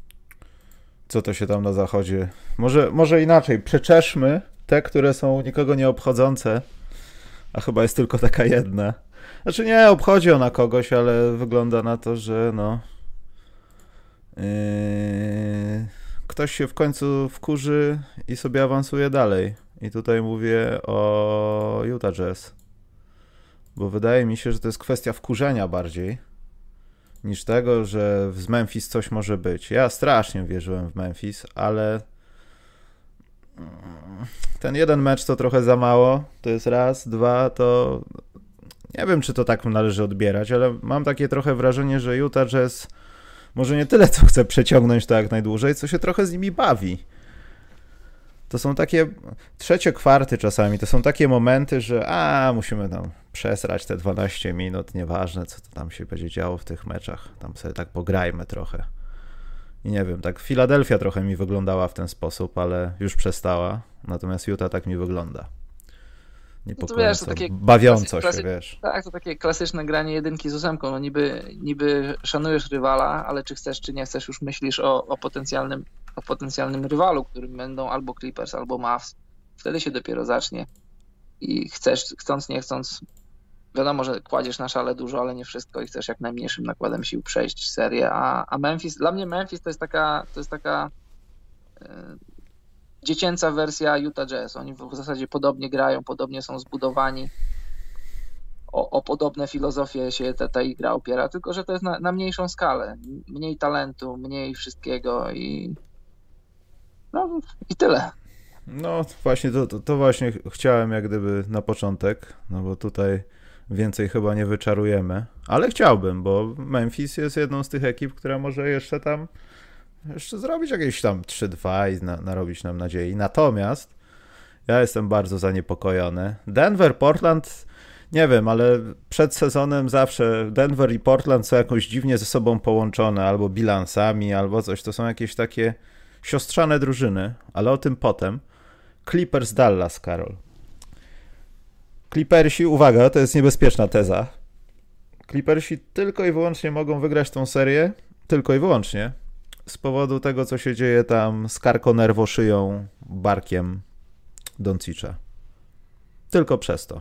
Co to się tam na zachodzie? Może, może inaczej, przeczeszmy te, które są nikogo nie obchodzące, a chyba jest tylko taka jedna. Znaczy nie, obchodzi ona kogoś, ale wygląda na to, że no... Yy, ktoś się w końcu wkurzy i sobie awansuje dalej. I tutaj mówię o Utah Jazz. Bo wydaje mi się, że to jest kwestia wkurzenia bardziej niż tego, że z Memphis coś może być. Ja strasznie wierzyłem w Memphis, ale ten jeden mecz to trochę za mało. To jest raz, dwa, to nie wiem, czy to tak należy odbierać, ale mam takie trochę wrażenie, że Utah Jazz może nie tyle, co chce przeciągnąć to jak najdłużej, co się trochę z nimi bawi. To są takie trzecie kwarty czasami, to są takie momenty, że a, musimy tam przesrać te dwanaście minut, nieważne co to tam się będzie działo w tych meczach, tam sobie tak pograjmy trochę. I nie wiem, tak Filadelfia trochę mi wyglądała w ten sposób, ale już przestała, natomiast Utah tak mi wygląda. Niepokojąco, no wiesz, bawiąco klasy, się, wiesz. Tak, to takie klasyczne granie jedynki z ósemką, no niby, niby szanujesz rywala, ale czy chcesz, czy nie chcesz, już myślisz o, o potencjalnym o potencjalnym rywalu, którym będą albo Clippers, albo Mavs. Wtedy się dopiero zacznie i chcesz, chcąc, nie chcąc, wiadomo, że kładziesz na szale dużo, ale nie wszystko i chcesz jak najmniejszym nakładem sił przejść serię, a, a Memphis, dla mnie Memphis to jest taka, to jest taka e, dziecięca wersja Utah Jazz. Oni w zasadzie podobnie grają, podobnie są zbudowani. O, o podobne filozofie się ta, ta ich gra opiera, tylko że to jest na, na mniejszą skalę. Mniej talentu, mniej wszystkiego i no i tyle. No właśnie, to, to, to właśnie chciałem jak gdyby na początek, no bo tutaj więcej chyba nie wyczarujemy, ale chciałbym, bo Memphis jest jedną z tych ekip, która może jeszcze tam jeszcze zrobić jakieś tam trzy dwa i na, narobić nam nadziei. Natomiast ja jestem bardzo zaniepokojony. Denver, Portland, nie wiem, ale przed sezonem zawsze Denver i Portland są jakoś dziwnie ze sobą połączone, albo bilansami, albo coś. To są jakieś takie siostrzane drużyny, ale o tym potem. Clippers, Dallas, Karol. Clippersi, uwaga, to jest niebezpieczna teza. Clippersi tylko i wyłącznie mogą wygrać tą serię, tylko i wyłącznie, z powodu tego, co się dzieje tam z karkonerwoszyją, barkiem Doncicza. Tylko przez to.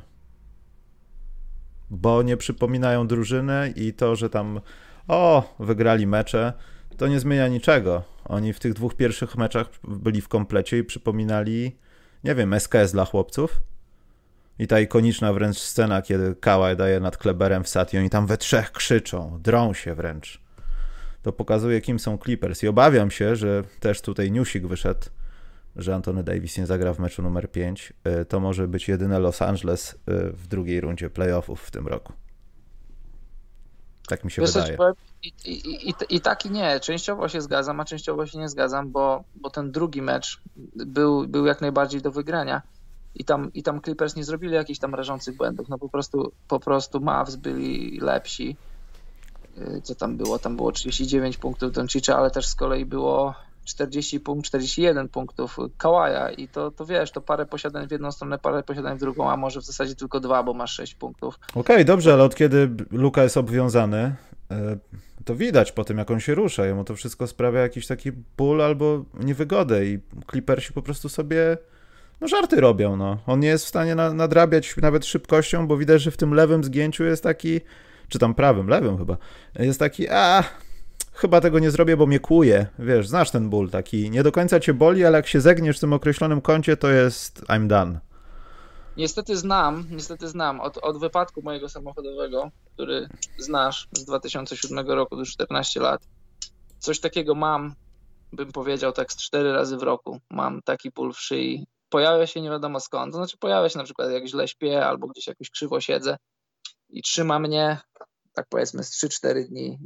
Bo nie przypominają drużyny i to, że tam o, wygrali mecze, to nie zmienia niczego. Oni w tych dwóch pierwszych meczach byli w komplecie i przypominali, nie wiem, S K S dla chłopców. I ta ikoniczna wręcz scena, kiedy Kawhi daje nad Kleberem w sat i oni tam we trzech krzyczą, drą się wręcz. To pokazuje, kim są Clippers. I obawiam się, że też tutaj newsik wyszedł, że Anthony Davis nie zagra w meczu numer pięć. To może być jedyne Los Angeles w drugiej rundzie playoffów w tym roku. Tak mi się Wiesz, wydaje. I, i, i, I tak i nie. Częściowo się zgadzam, a częściowo się nie zgadzam, bo, bo ten drugi mecz był, był jak najbardziej do wygrania. I tam, I tam Clippers nie zrobili jakichś tam rażących błędów. No po prostu, po prostu Mavs byli lepsi. Co tam było? Tam było trzydzieści dziewięć punktów Doncicza, ale też z kolei było czterdzieści punktów, czterdzieści jeden punktów Kawaja i to, to wiesz, to parę posiadań w jedną stronę, parę posiadań w drugą, a może w zasadzie tylko dwa, bo masz sześć punktów. Okej, okay, dobrze, ale od kiedy Luka jest obwiązany, to widać po tym, jak on się rusza. Jemu to wszystko sprawia jakiś taki ból albo niewygodę i Clippersi po prostu sobie no żarty robią, no. On nie jest w stanie na, nadrabiać nawet szybkością, bo widać, że w tym lewym zgięciu jest taki, czy tam prawym, lewym chyba, jest taki, a chyba tego nie zrobię, bo mnie kłuje. Wiesz, znasz ten ból taki, nie do końca cię boli, ale jak się zegniesz w tym określonym kącie, to jest I'm done. Niestety znam, niestety znam od, od wypadku mojego samochodowego, który znasz z dwa tysiące siódmego roku, już czternaście lat. Coś takiego mam, bym powiedział tak z cztery razy w roku. Mam taki ból w szyi. Pojawia się nie wiadomo skąd. To znaczy pojawia się na przykład jak źle śpię albo gdzieś jakoś krzywo siedzę i trzyma mnie, tak powiedzmy, z trzy cztery dni.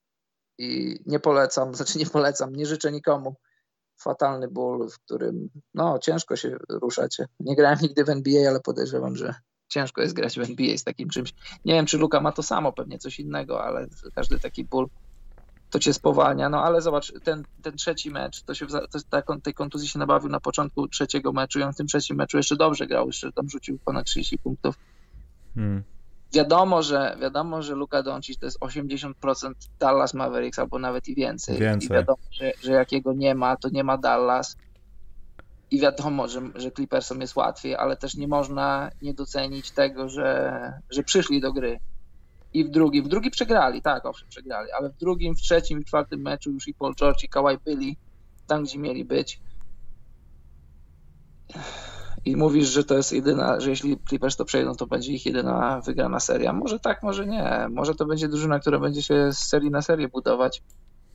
I nie polecam, znaczy nie polecam, nie życzę nikomu. Fatalny ból, w którym no ciężko się ruszać. Nie grałem nigdy w N B A, ale podejrzewam, że ciężko jest grać w N B A z takim czymś. Nie wiem, czy Luka ma to samo, pewnie coś innego, ale każdy taki ból to cię spowalnia. No ale zobacz, ten, ten trzeci mecz, to się to, ta, tej kontuzji się nabawił na początku trzeciego meczu i on w tym trzecim meczu jeszcze dobrze grał, jeszcze tam rzucił ponad trzydzieści punktów. Hmm. Wiadomo, że wiadomo, że Luka Doncic to jest osiemdziesiąt procent Dallas Mavericks albo nawet i więcej. więcej. I wiadomo, że, że jak jego nie ma, to nie ma Dallas. I wiadomo, że, że Clippersom jest łatwiej, ale też nie można nie docenić tego, że, że przyszli do gry. I w drugim, w drugim przegrali, tak, owszem, przegrali, ale w drugim, w trzecim i w czwartym meczu już i Paul George i Kawhi byli tam, gdzie mieli być. I mówisz, że to jest jedyna, że jeśli Clippers to przejdą, to będzie ich jedyna wygrana seria. Może tak, może nie. Może to będzie drużyna, która będzie się z serii na serię budować.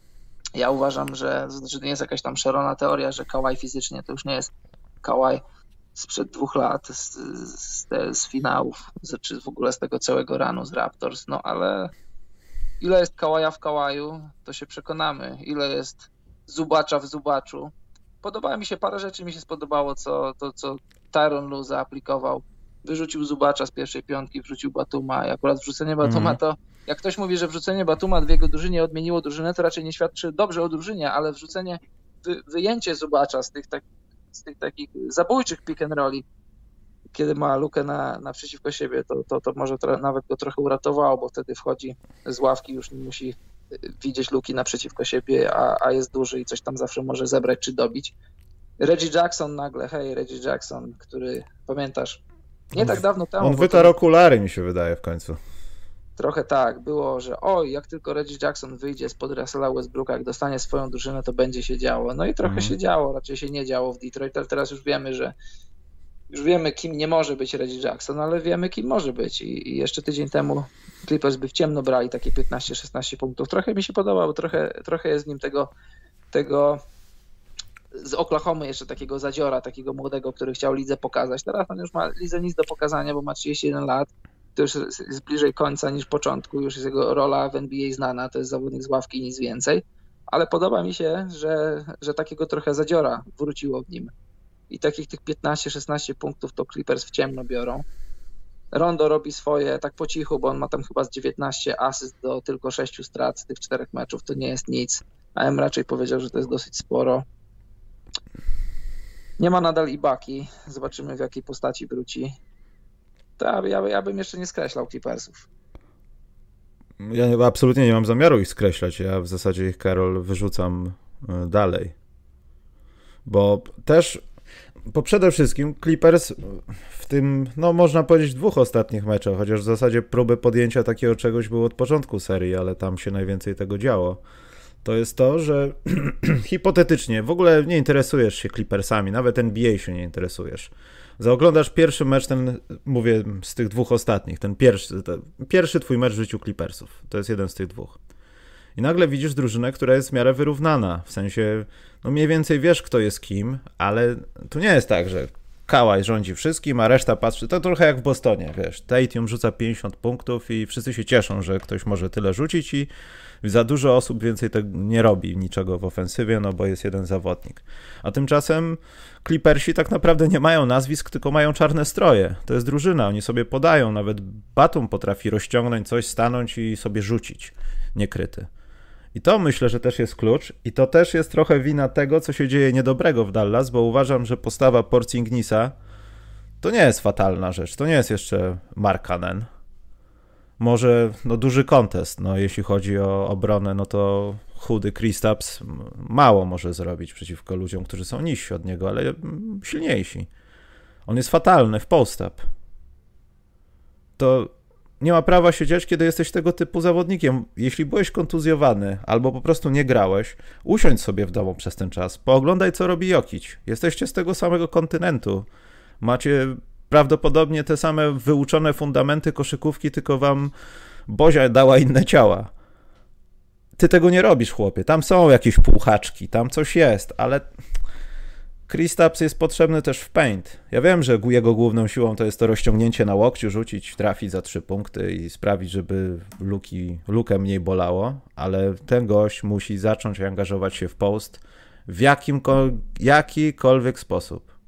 Ja uważam, że, że to nie jest jakaś tam szalona teoria, że Kawhi fizycznie to już nie jest Kawhi sprzed dwóch lat z, z, z finałów, z, czy w ogóle z tego całego runu z Raptors. No ale ile jest Kawhi'a w Kawhi'u, to się przekonamy. Ile jest Zubacza w Zubaczu. Podobało mi się, parę rzeczy mi się spodobało, co, to, co Tyronn Lue zaaplikował. Wyrzucił Zubacza z pierwszej piątki, wrzucił Batuma i akurat wrzucenie Batuma mm-hmm. to, jak ktoś mówi, że wrzucenie Batuma w jego drużynie odmieniło drużynę, to raczej nie świadczy dobrze o drużynie, ale wrzucenie, wy, wyjęcie Zubacza z tych, tak, z tych takich zabójczych pick and rolli, kiedy ma Lukę na, naprzeciwko siebie, to, to, to może tra- nawet go trochę uratowało, bo wtedy wchodzi z ławki, już nie musi widzieć Luki naprzeciwko siebie, a, a jest duży i coś tam zawsze może zebrać czy dobić. Reggie Jackson nagle, hej, Reggie Jackson, który, pamiętasz, nie tak dawno temu... On wytarł okulary, mi się wydaje, w końcu. Trochę tak, było, że oj, jak tylko Reggie Jackson wyjdzie spod Russella Westbrooka, jak dostanie swoją drużynę, to będzie się działo. No i trochę mm. się działo, raczej się nie działo w Detroit, ale teraz już wiemy, że już wiemy, kim nie może być Reggie Jackson, ale wiemy, kim może być. I, i jeszcze tydzień temu Clippers by w ciemno brali takie piętnaście szesnaście punktów. Trochę mi się podobało, trochę, trochę jest w nim tego, tego z Oklahomy jeszcze takiego zadziora, takiego młodego, który chciał lidze pokazać. Teraz on już ma lidze nic do pokazania, bo ma trzydzieści jeden lat. To już jest bliżej końca niż początku. Już jest jego rola w N B A znana. To jest zawodnik z ławki, nic więcej. Ale podoba mi się, że, że takiego trochę zadziora wróciło w nim. I takich tych piętnaście szesnaście punktów to Clippers w ciemno biorą. Rondo robi swoje tak po cichu, bo on ma tam chyba z dziewiętnaście asyst do tylko sześciu strat z tych czterech meczów. To nie jest nic. A M raczej powiedział, że to jest dosyć sporo. Nie ma nadal Ibaki. Zobaczymy, w jakiej postaci wróci. Tak, ja, ja bym jeszcze nie skreślał Clippersów. Ja absolutnie nie mam zamiaru ich skreślać. Ja w zasadzie ich, Karol, wyrzucam dalej. Bo też, bo przede wszystkim Clippers w tym, no można powiedzieć, dwóch ostatnich meczach, chociaż w zasadzie próby podjęcia takiego czegoś było od początku serii, ale tam się najwięcej tego działo. To jest to, że hipotetycznie w ogóle nie interesujesz się Clippersami, nawet N B A się nie interesujesz. Zaoglądasz pierwszy mecz, ten, mówię, z tych dwóch ostatnich, ten pierwszy, ten pierwszy twój mecz w życiu Clippersów. To jest jeden z tych dwóch. I nagle widzisz drużynę, która jest w miarę wyrównana. W sensie, no mniej więcej wiesz, kto jest kim, ale to nie jest tak, że Kawhi rządzi wszystkim, a reszta patrzy. To trochę jak w Bostonie, wiesz. Tatum rzuca pięćdziesiąt punktów i wszyscy się cieszą, że ktoś może tyle rzucić i za dużo osób więcej tego nie robi niczego w ofensywie, no bo jest jeden zawodnik. A tymczasem Clippersi tak naprawdę nie mają nazwisk, tylko mają czarne stroje. To jest drużyna, oni sobie podają, nawet Batum potrafi rozciągnąć coś, stanąć i sobie rzucić niekryty. I to myślę, że też jest klucz i to też jest trochę wina tego, co się dzieje niedobrego w Dallas, bo uważam, że postawa Porzingnisa to nie jest fatalna rzecz, to nie jest jeszcze Markkanen. Może no, duży kontest, no, jeśli chodzi o obronę, no to chudy Kristaps mało może zrobić przeciwko ludziom, którzy są niżsi od niego, ale silniejsi. On jest fatalny w post-up. To nie ma prawa się dziać, kiedy jesteś tego typu zawodnikiem. Jeśli byłeś kontuzjowany albo po prostu nie grałeś, usiądź sobie w domu przez ten czas, pooglądaj, co robi Jokic. Jesteście z tego samego kontynentu. Macie prawdopodobnie te same wyuczone fundamenty koszykówki, tylko wam Bozia dała inne ciała. Ty tego nie robisz, chłopie. Tam są jakieś półhaczki, tam coś jest, ale Kristaps jest potrzebny też w paint. Ja wiem, że jego główną siłą to jest to rozciągnięcie na łokciu, rzucić, trafić za trzy punkty i sprawić, żeby luki, lukę mniej bolało, ale ten gość musi zacząć angażować się w post w jakimkol- jakikolwiek sposób.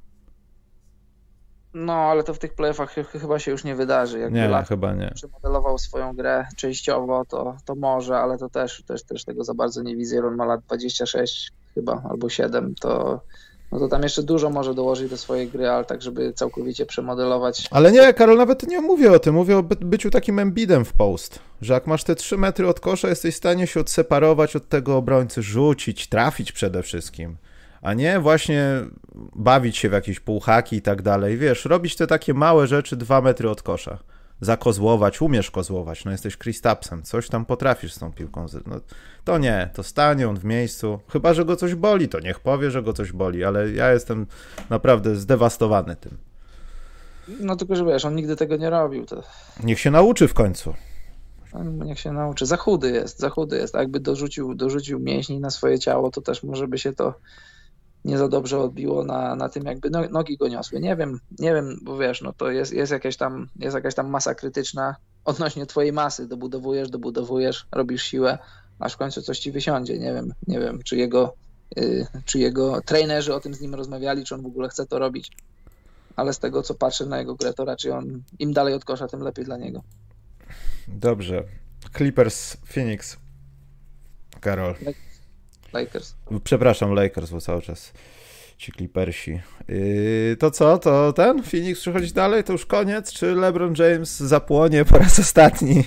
No, ale to w tych playoffach ch- chyba się już nie wydarzy. Jakby Nie, Lat chyba nie. przemodelował swoją grę częściowo, to, to może, ale to też, też, też tego za bardzo nie widzę. On ma lat dwadzieścia sześć chyba, albo siedem, to, no to tam jeszcze dużo może dołożyć do swojej gry, ale tak, żeby całkowicie przemodelować. Ale nie, Karol, nawet nie mówię o tym. Mówię o by- byciu takim Embidem w post, że jak masz te trzy metry od kosza, jesteś w stanie się odseparować od tego obrońcy, rzucić, trafić przede wszystkim. A nie właśnie bawić się w jakieś półhaki i tak dalej. Wiesz, robić te takie małe rzeczy dwa metry od kosza. Zakozłować, umiesz kozłować, no jesteś Kristapsem, coś tam potrafisz z tą piłką. No, to nie, to stanie on w miejscu. Chyba że go coś boli, to niech powie, że go coś boli, ale ja jestem naprawdę zdewastowany tym. No tylko, że wiesz, on nigdy tego nie robił. To... Niech się nauczy w końcu. Niech się nauczy. Za chudy jest, za chudy jest. A jakby dorzucił, dorzucił mięśni na swoje ciało, to też może by się to nie za dobrze odbiło na, na tym, jakby nogi go niosły. Nie wiem, nie wiem, bo wiesz, no to jest, jest, jakaś tam, jest jakaś tam masa krytyczna odnośnie twojej masy. Dobudowujesz, dobudowujesz, robisz siłę, aż w końcu coś ci wysiądzie. Nie wiem, nie wiem, czy jego, yy, czy jego trenerzy o tym z nim rozmawiali, czy on w ogóle chce to robić. Ale z tego, co patrzę na jego grę, to raczej on, im dalej od kosza, tym lepiej dla niego. Dobrze. Clippers, Phoenix. Karol. Lakers. Przepraszam, Lakers, bo cały czas ci Clippersi. Yy, to co? To ten? Phoenix przychodzi dalej? To już koniec? Czy LeBron James zapłonie po raz ostatni?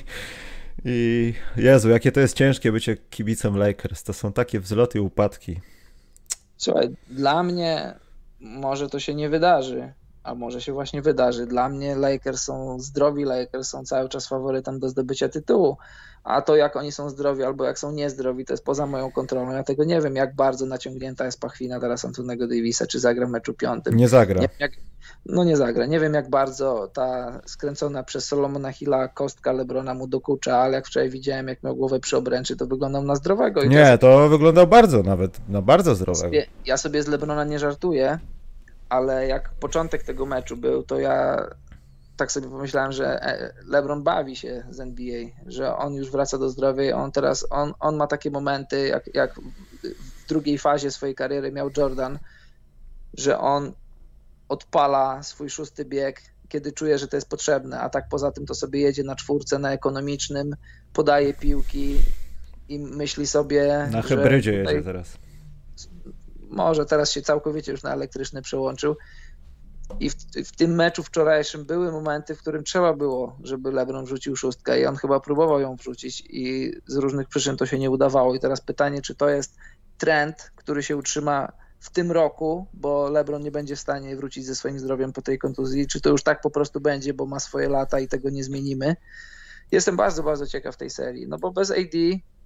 I Jezu, jakie to jest ciężkie bycie kibicem Lakers. To są takie wzloty i upadki. Słuchaj, dla mnie może to się nie wydarzy, a może się właśnie wydarzy. Dla mnie Lakers są zdrowi, Lakers są cały czas faworytem do zdobycia tytułu, a to jak oni są zdrowi albo jak są niezdrowi, to jest poza moją kontrolą. Ja tego nie wiem, jak bardzo naciągnięta jest pachwina teraz Antonego Davisa, czy zagra w meczu piątym. Nie zagra. Nie wiem, jak, no nie zagra. Nie wiem, jak bardzo ta skręcona przez Solomona Hilla kostka LeBrona mu dokucza, ale jak wczoraj widziałem, jak miał głowę przy obręczy, to wyglądał na zdrowego. I nie, to, jest... to wyglądał bardzo nawet, na bardzo zdrowego. Ja sobie, ja sobie z LeBrona nie żartuję, ale jak początek tego meczu był, to ja tak sobie pomyślałem, że LeBron bawi się z N B A, że on już wraca do zdrowia, on teraz, on, on ma takie momenty, jak, jak w drugiej fazie swojej kariery miał Jordan, że on odpala swój szósty bieg, kiedy czuje, że to jest potrzebne, a tak poza tym to sobie jedzie na czwórce, na ekonomicznym, podaje piłki i myśli sobie, na że hybrydzie tutaj... jedzie teraz. Może teraz się całkowicie już na elektryczny przełączył. I w, w tym meczu wczorajszym były momenty, w którym trzeba było, żeby LeBron wrzucił szóstkę i on chyba próbował ją wrzucić i z różnych przyczyn to się nie udawało. I teraz pytanie, czy to jest trend, który się utrzyma w tym roku, bo LeBron nie będzie w stanie wrócić ze swoim zdrowiem po tej kontuzji, czy to już tak po prostu będzie, bo ma swoje lata i tego nie zmienimy. Jestem bardzo, bardzo ciekaw tej serii, no bo bez A D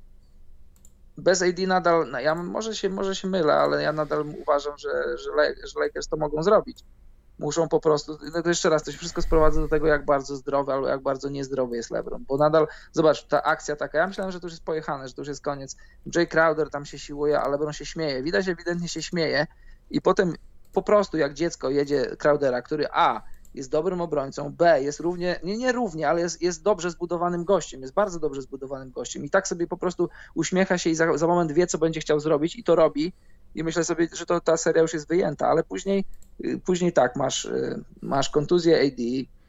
bez A D nadal, no ja może się, może się mylę, ale ja nadal uważam, że, że, że Lakers to mogą zrobić. Muszą po prostu, no to jeszcze raz, to się wszystko sprowadza do tego, jak bardzo zdrowy albo jak bardzo niezdrowy jest LeBron, bo nadal, zobacz, ta akcja taka, ja myślałem, że to już jest pojechane, że to już jest koniec. Jay Crowder tam się siłuje, a LeBron się śmieje, widać ewidentnie się śmieje i potem po prostu jak dziecko jedzie Crowdera, który a, jest dobrym obrońcą, b, jest równie, nie, nie równie, ale jest, jest dobrze zbudowanym gościem, jest bardzo dobrze zbudowanym gościem i tak sobie po prostu uśmiecha się i za, za moment wie, co będzie chciał zrobić i to robi. I myślę sobie, że to, ta seria już jest wyjęta, ale później, później tak, masz, masz kontuzję A D,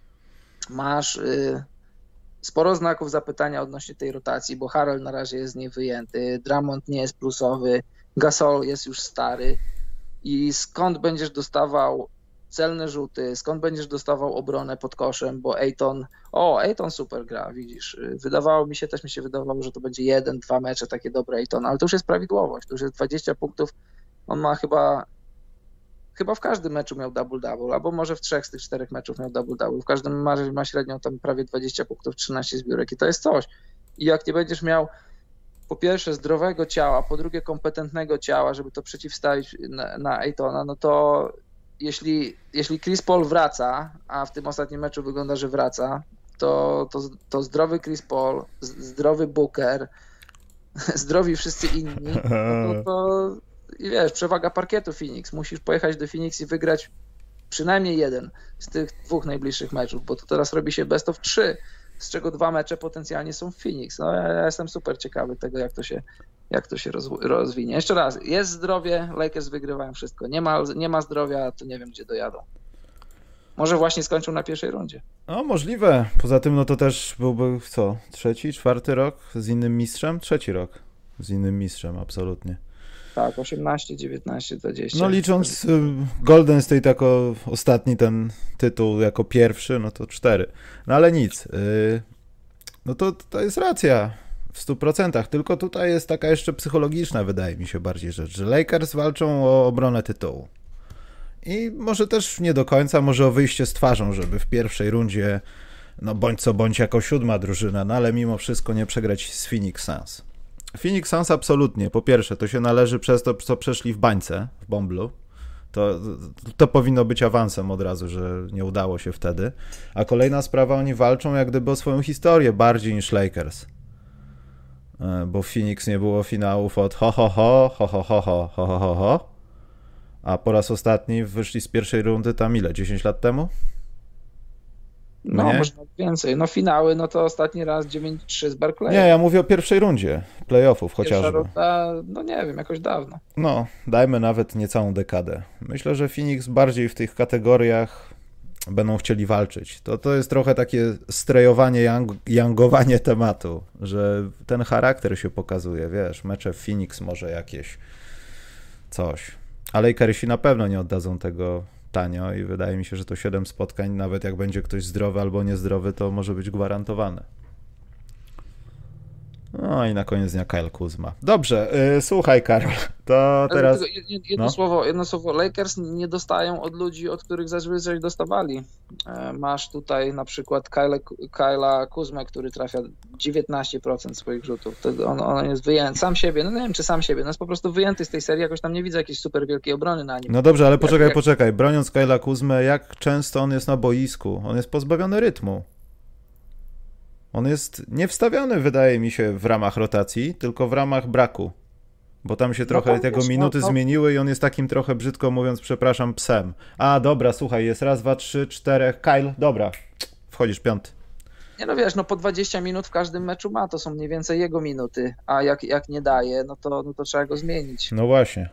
masz sporo znaków zapytania odnośnie tej rotacji, bo Harrell na razie jest niewyjęty, Drummond nie jest plusowy, Gasol jest już stary i skąd będziesz dostawał celne rzuty, skąd będziesz dostawał obronę pod koszem, bo Ayton, o Ayton super gra, widzisz, wydawało mi się, też mi się wydawało, że to będzie jeden, dwa mecze takie dobre Ayton, ale to już jest prawidłowość, to już jest dwadzieścia punktów, on ma chyba chyba w każdym meczu miał double-double, albo może w trzech z tych czterech meczów miał double-double, w każdym ma, ma średnią tam prawie dwadzieścia punktów, trzynaście zbiórek i to jest coś. I jak nie będziesz miał po pierwsze zdrowego ciała, po drugie kompetentnego ciała, żeby to przeciwstawić na, na Aytona, no to jeśli, jeśli Chris Paul wraca, a w tym ostatnim meczu wygląda, że wraca, to, to, to zdrowy Chris Paul, zdrowy Booker, zdrowi wszyscy inni, no to i wiesz, przewaga parkietu Phoenix. Musisz pojechać do Phoenix i wygrać przynajmniej jeden z tych dwóch najbliższych meczów, bo to teraz robi się best of trzy, z czego dwa mecze potencjalnie są w Phoenix. No ja, ja jestem super ciekawy tego, jak to się, jak to się rozwinie. Jeszcze raz, jest zdrowie, Lakers wygrywają wszystko. Nie ma, nie ma zdrowia, to nie wiem, gdzie dojadą. Może właśnie skończą na pierwszej rundzie. No możliwe. Poza tym no to też byłby co? Trzeci, czwarty rok z innym mistrzem? Trzeci rok z innym mistrzem, absolutnie. Tak, osiemnaście, dziewiętnaście, dwadzieścia. No licząc Golden State jako ostatni ten tytuł, jako pierwszy, no to cztery. No ale nic. No to, to jest racja w stu procentach. Tylko tutaj jest taka jeszcze psychologiczna, wydaje mi się bardziej rzecz, że Lakers walczą o obronę tytułu. I może też nie do końca, może o wyjście z twarzą, żeby w pierwszej rundzie, no bądź co bądź jako siódma drużyna, no ale mimo wszystko nie przegrać z Phoenix Suns. Phoenix Suns absolutnie. Po pierwsze, to się należy przez to, co przeszli w bańce, w Bomblu. To, to powinno być awansem od razu, że nie udało się wtedy. A kolejna sprawa, oni walczą jak gdyby o swoją historię bardziej niż Lakers. Bo w Phoenix nie było finałów od ho ho ho, ho ho ho ho, ho ho ho ho. A po raz ostatni wyszli z pierwszej rundy tam ile? dziesięć lat temu? No, nie? Może więcej. No finały, no to ostatni raz dziewięć trzy z Barclayem. Nie, ja mówię o pierwszej rundzie playoffów chociażby. Pierwsza runda, no nie wiem, jakoś dawno. No, dajmy nawet niecałą dekadę. Myślę, że Phoenix bardziej w tych kategoriach będą chcieli walczyć. To, to jest trochę takie strejowanie, yang, yangowanie tematu, że ten charakter się pokazuje, wiesz, mecze w Phoenix może jakieś coś. Ale Lakersi na pewno nie oddadzą tego tanio i wydaje mi się, że to siedem spotkań, nawet jak będzie ktoś zdrowy albo niezdrowy, to może być gwarantowane. No i na koniec dnia Kyle Kuzma. Dobrze, yy, słuchaj Karol, to teraz... Jedno, no? słowo, jedno słowo, Lakers nie dostają od ludzi, od których zazwyczaj dostawali. Masz tutaj na przykład Kyle, Kyla Kuzmę, który trafia dziewiętnaście procent swoich rzutów. To on, on jest wyjęty, sam siebie, no nie wiem czy sam siebie, no jest po prostu wyjęty z tej serii, jakoś tam nie widzę jakiejś super wielkiej obrony na nim. No dobrze, ale poczekaj, jak, jak... poczekaj, broniąc Kyla Kuzmę, jak często on jest na boisku? On jest pozbawiony rytmu. On jest nie wstawiony, wydaje mi się, w ramach rotacji, tylko w ramach braku. Bo tam się trochę no tego wiesz, minuty no, no. zmieniły i on jest takim trochę, brzydko mówiąc, przepraszam, psem. A, dobra, słuchaj, jest raz, dwa, trzy, czterech, Kyle, dobra, wchodzisz piąty. Nie no wiesz, no po dwadzieścia minut w każdym meczu ma, to są mniej więcej jego minuty, a jak, jak nie daje, no to, no to trzeba go zmienić. No właśnie.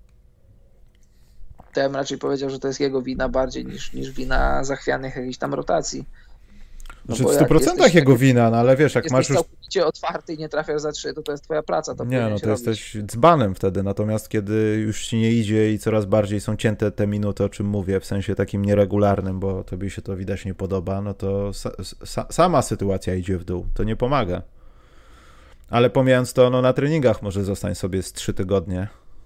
To ja bym raczej powiedział, że to jest jego wina bardziej niż, niż wina zachwianych jakichś tam rotacji. No że w stu procentach jego wina, no ale wiesz, jak masz już... całkowicie otwarty i nie trafiasz za trzy, to to jest twoja praca. To nie, no to robić. Jesteś dzbanem wtedy, natomiast kiedy już ci nie idzie i coraz bardziej są cięte te minuty, o czym mówię, w sensie takim nieregularnym, bo tobie się to widać nie podoba, no to sa sa sama sytuacja idzie w dół, to nie pomaga. Ale pomijając to, no na treningach może zostań sobie z trzy tygodnie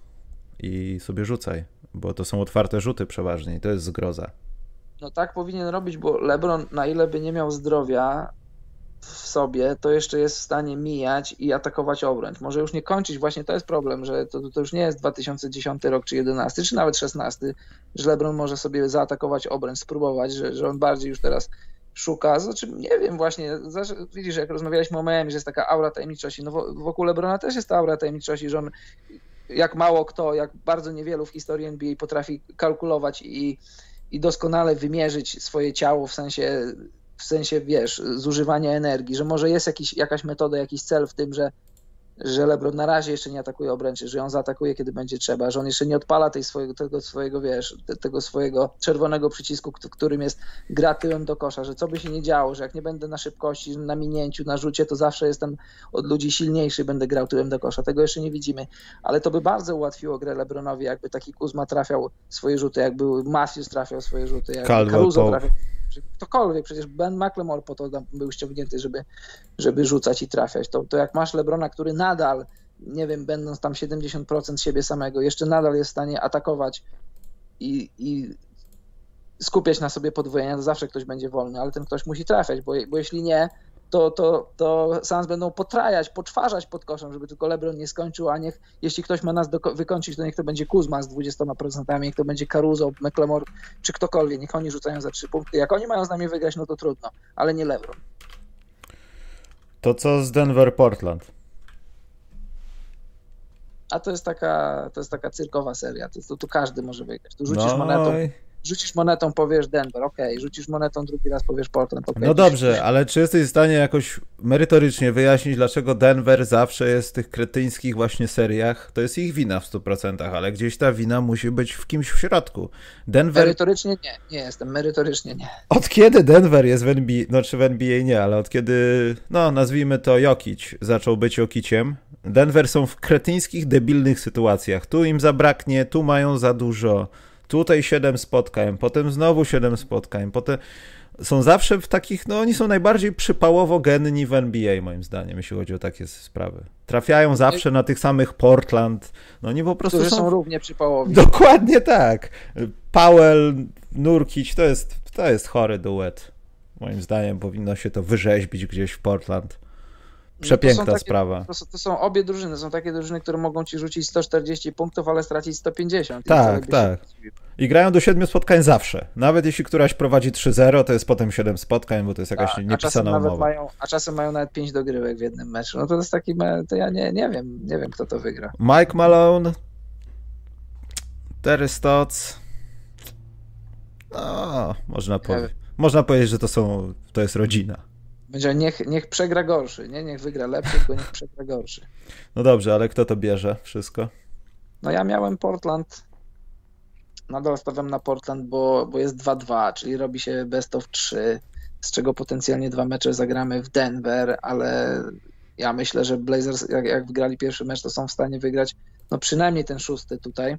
i sobie rzucaj, bo to są otwarte rzuty przeważnie i to jest zgroza. No tak powinien robić, bo LeBron, na ile by nie miał zdrowia w sobie, to jeszcze jest w stanie mijać i atakować obręcz. Może już nie kończyć, właśnie to jest problem, że to, to już nie jest dwa tysiące dziesiąty rok, czy jedenasty, czy nawet szesnasty, że LeBron może sobie zaatakować obręcz, spróbować, że, że on bardziej już teraz szuka, znaczy nie wiem właśnie, widzisz, jak rozmawialiśmy o Miami, że jest taka aura tajemniczości, no wokół LeBrona też jest ta aura tajemniczości, że on jak mało kto, jak bardzo niewielu w historii N B A potrafi kalkulować i i doskonale wymierzyć swoje ciało w sensie, w sensie, wiesz, zużywania energii, że może jest jakiś, jakaś metoda, jakiś cel w tym, że, że LeBron na razie jeszcze nie atakuje obręczy, że on zaatakuje, kiedy będzie trzeba, że on jeszcze nie odpala tej swojego, tego swojego, wiesz, tego swojego czerwonego przycisku, którym jest gra tyłem do kosza, że co by się nie działo, że jak nie będę na szybkości, na minięciu, na rzucie, to zawsze jestem od ludzi silniejszy, będę grał tyłem do kosza. Tego jeszcze nie widzimy, ale to by bardzo ułatwiło grę LeBronowi, jakby taki Kuzma trafiał swoje rzuty, jakby Matthews trafiał swoje rzuty, jakby Caruso trafiał. Ktokolwiek, przecież Ben McLemore po to był ściągnięty, żeby, żeby rzucać i trafiać. To, to jak masz LeBrona, który nadal, nie wiem, będąc tam siedemdziesiąt procent siebie samego, jeszcze nadal jest w stanie atakować i, i skupiać na sobie podwojenia, to zawsze ktoś będzie wolny, ale ten ktoś musi trafiać, bo, bo jeśli nie, to, to, to Suns będą potrajać, poczwarzać pod koszem, żeby tylko LeBron nie skończył, a niech, jeśli ktoś ma nas do, wykończyć, to niech to będzie Kuzma z dwudziestoma procentami, niech to będzie Caruso, McLemore, czy ktokolwiek, niech oni rzucają za trzy punkty. Jak oni mają z nami wygrać, no to trudno, ale nie LeBron. To co z Denver-Portland? A to jest taka, to jest taka cyrkowa seria, to, to, to każdy może wygrać. Tu rzucisz no monetą. I... Rzucisz monetą, powiesz Denver, okej, okay. Rzucisz monetą, drugi raz powiesz Portland, okej. Okay. No dobrze, ale czy jesteś w stanie jakoś merytorycznie wyjaśnić, dlaczego Denver zawsze jest w tych kretyńskich właśnie seriach? To jest ich wina w stu procentach, ale gdzieś ta wina musi być w kimś w środku. Denver... Merytorycznie nie, nie jestem, merytorycznie nie. Od kiedy Denver jest w N B A, no czy w N B A nie, ale od kiedy, no nazwijmy to Jokic, zaczął być Jokiciem, Denver są w kretyńskich, debilnych sytuacjach. Tu im zabraknie, tu mają za dużo. Tutaj siedem spotkań, potem znowu siedem spotkań, potem są zawsze w takich, no oni są najbardziej przypałowo genni w N B A moim zdaniem, jeśli chodzi o takie sprawy. Trafiają zawsze na tych samych Portland, no oni po prostu Którzy są... są równie przypałowi. Dokładnie tak. Powell, Nurkic, to jest, to jest chory duet. Moim zdaniem powinno się to wyrzeźbić gdzieś w Portland. Przepiękna no to takie, sprawa. To są, to są obie drużyny, są takie drużyny, które mogą ci rzucić sto czterdzieści punktów, ale stracić sto pięćdziesiąt. Tak, tak. I grają do siedmiu spotkań zawsze. Nawet jeśli któraś prowadzi trzy zero, to jest potem siedem spotkań, bo to jest jakaś tak, niepisana umowa. Mają, a czasem mają nawet pięć dogrywek w jednym meczu. No to jest taki, to ja nie, nie wiem, nie wiem kto to wygra. Mike Malone, Terry Stotts, no, można, powie można powiedzieć, że to są, to jest rodzina. Będzie niech, niech przegra gorszy, nie? Niech wygra lepszy, tylko niech przegra gorszy. No dobrze, ale kto to bierze wszystko? No ja miałem Portland, nadal stawiam na Portland, bo, bo jest dwa dwa, czyli robi się best of trzy, z czego potencjalnie dwa mecze zagramy w Denver, ale ja myślę, że Blazers jak, jak wygrali pierwszy mecz, to są w stanie wygrać no przynajmniej ten szósty tutaj.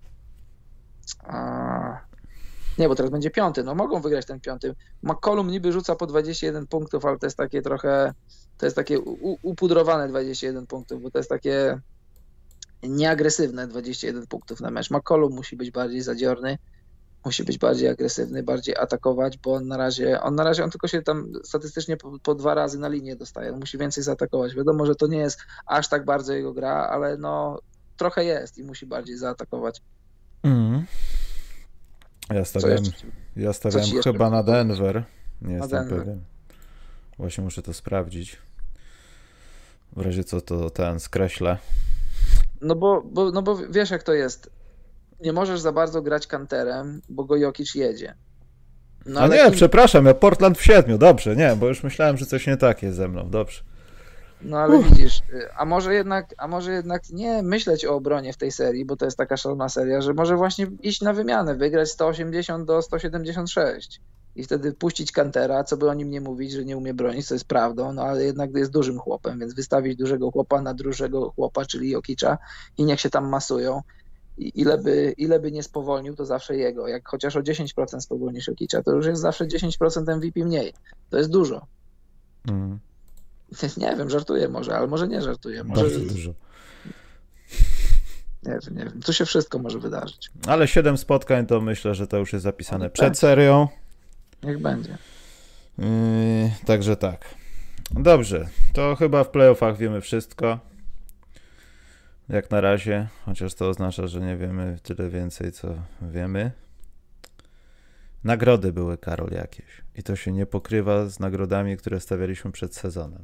A... Nie, bo teraz będzie piąty, no mogą wygrać ten piąty. McCollum niby rzuca po dwadzieścia jeden punktów, ale to jest takie trochę, to jest takie u, upudrowane dwadzieścia jeden punktów, bo to jest takie nieagresywne dwadzieścia jeden punktów na mecz. McCollum musi być bardziej zadziorny, musi być bardziej agresywny, bardziej atakować, bo on na razie, on na razie, on tylko się tam statystycznie po, po dwa razy na linię dostaje, on musi więcej zaatakować. Wiadomo, że to nie jest aż tak bardzo jego gra, ale no trochę jest i musi bardziej zaatakować. Mm. Ja stawiam, ja stawiam chyba na Denver. Nie na jestem Denver. pewien. Właśnie muszę to sprawdzić. W razie co to ten skreślę. No bo, bo, no bo wiesz jak to jest. Nie możesz za bardzo grać kanterem, bo go Jokic jedzie. No, ale nie, kim... przepraszam, ja Portland w siedmiu, dobrze, nie, bo już myślałem, że coś nie tak jest ze mną, dobrze. No ale Uff. widzisz, a może jednak, a może jednak nie myśleć o obronie w tej serii, bo to jest taka szalona seria, że może właśnie iść na wymianę, wygrać sto osiemdziesiąt do sto siedemdziesiąt sześć i wtedy puścić Kantera, co by o nim nie mówić, że nie umie bronić, co jest prawdą, no ale jednak jest dużym chłopem, więc wystawić dużego chłopa na dużego chłopa, czyli Jokicza i niech się tam masują. I ile by, ile by nie spowolnił, to zawsze jego. Jak chociaż o dziesięć procent spowolnisz Jokicza, to już jest zawsze dziesięć procent M V P mniej. To jest dużo. Mm. Nie wiem, żartuję może, ale może nie żartuję. Może... Bardzo dużo. Nie wiem, nie wiem. Tu się wszystko może wydarzyć. Ale siedem spotkań to myślę, że to już jest zapisane przed serią. Niech będzie. Yy, także tak. Dobrze, to chyba w playoffach wiemy wszystko. Jak na razie, chociaż to oznacza, że nie wiemy tyle więcej, co wiemy. Nagrody były, Karol, jakieś. I to się nie pokrywa z nagrodami, które stawialiśmy przed sezonem.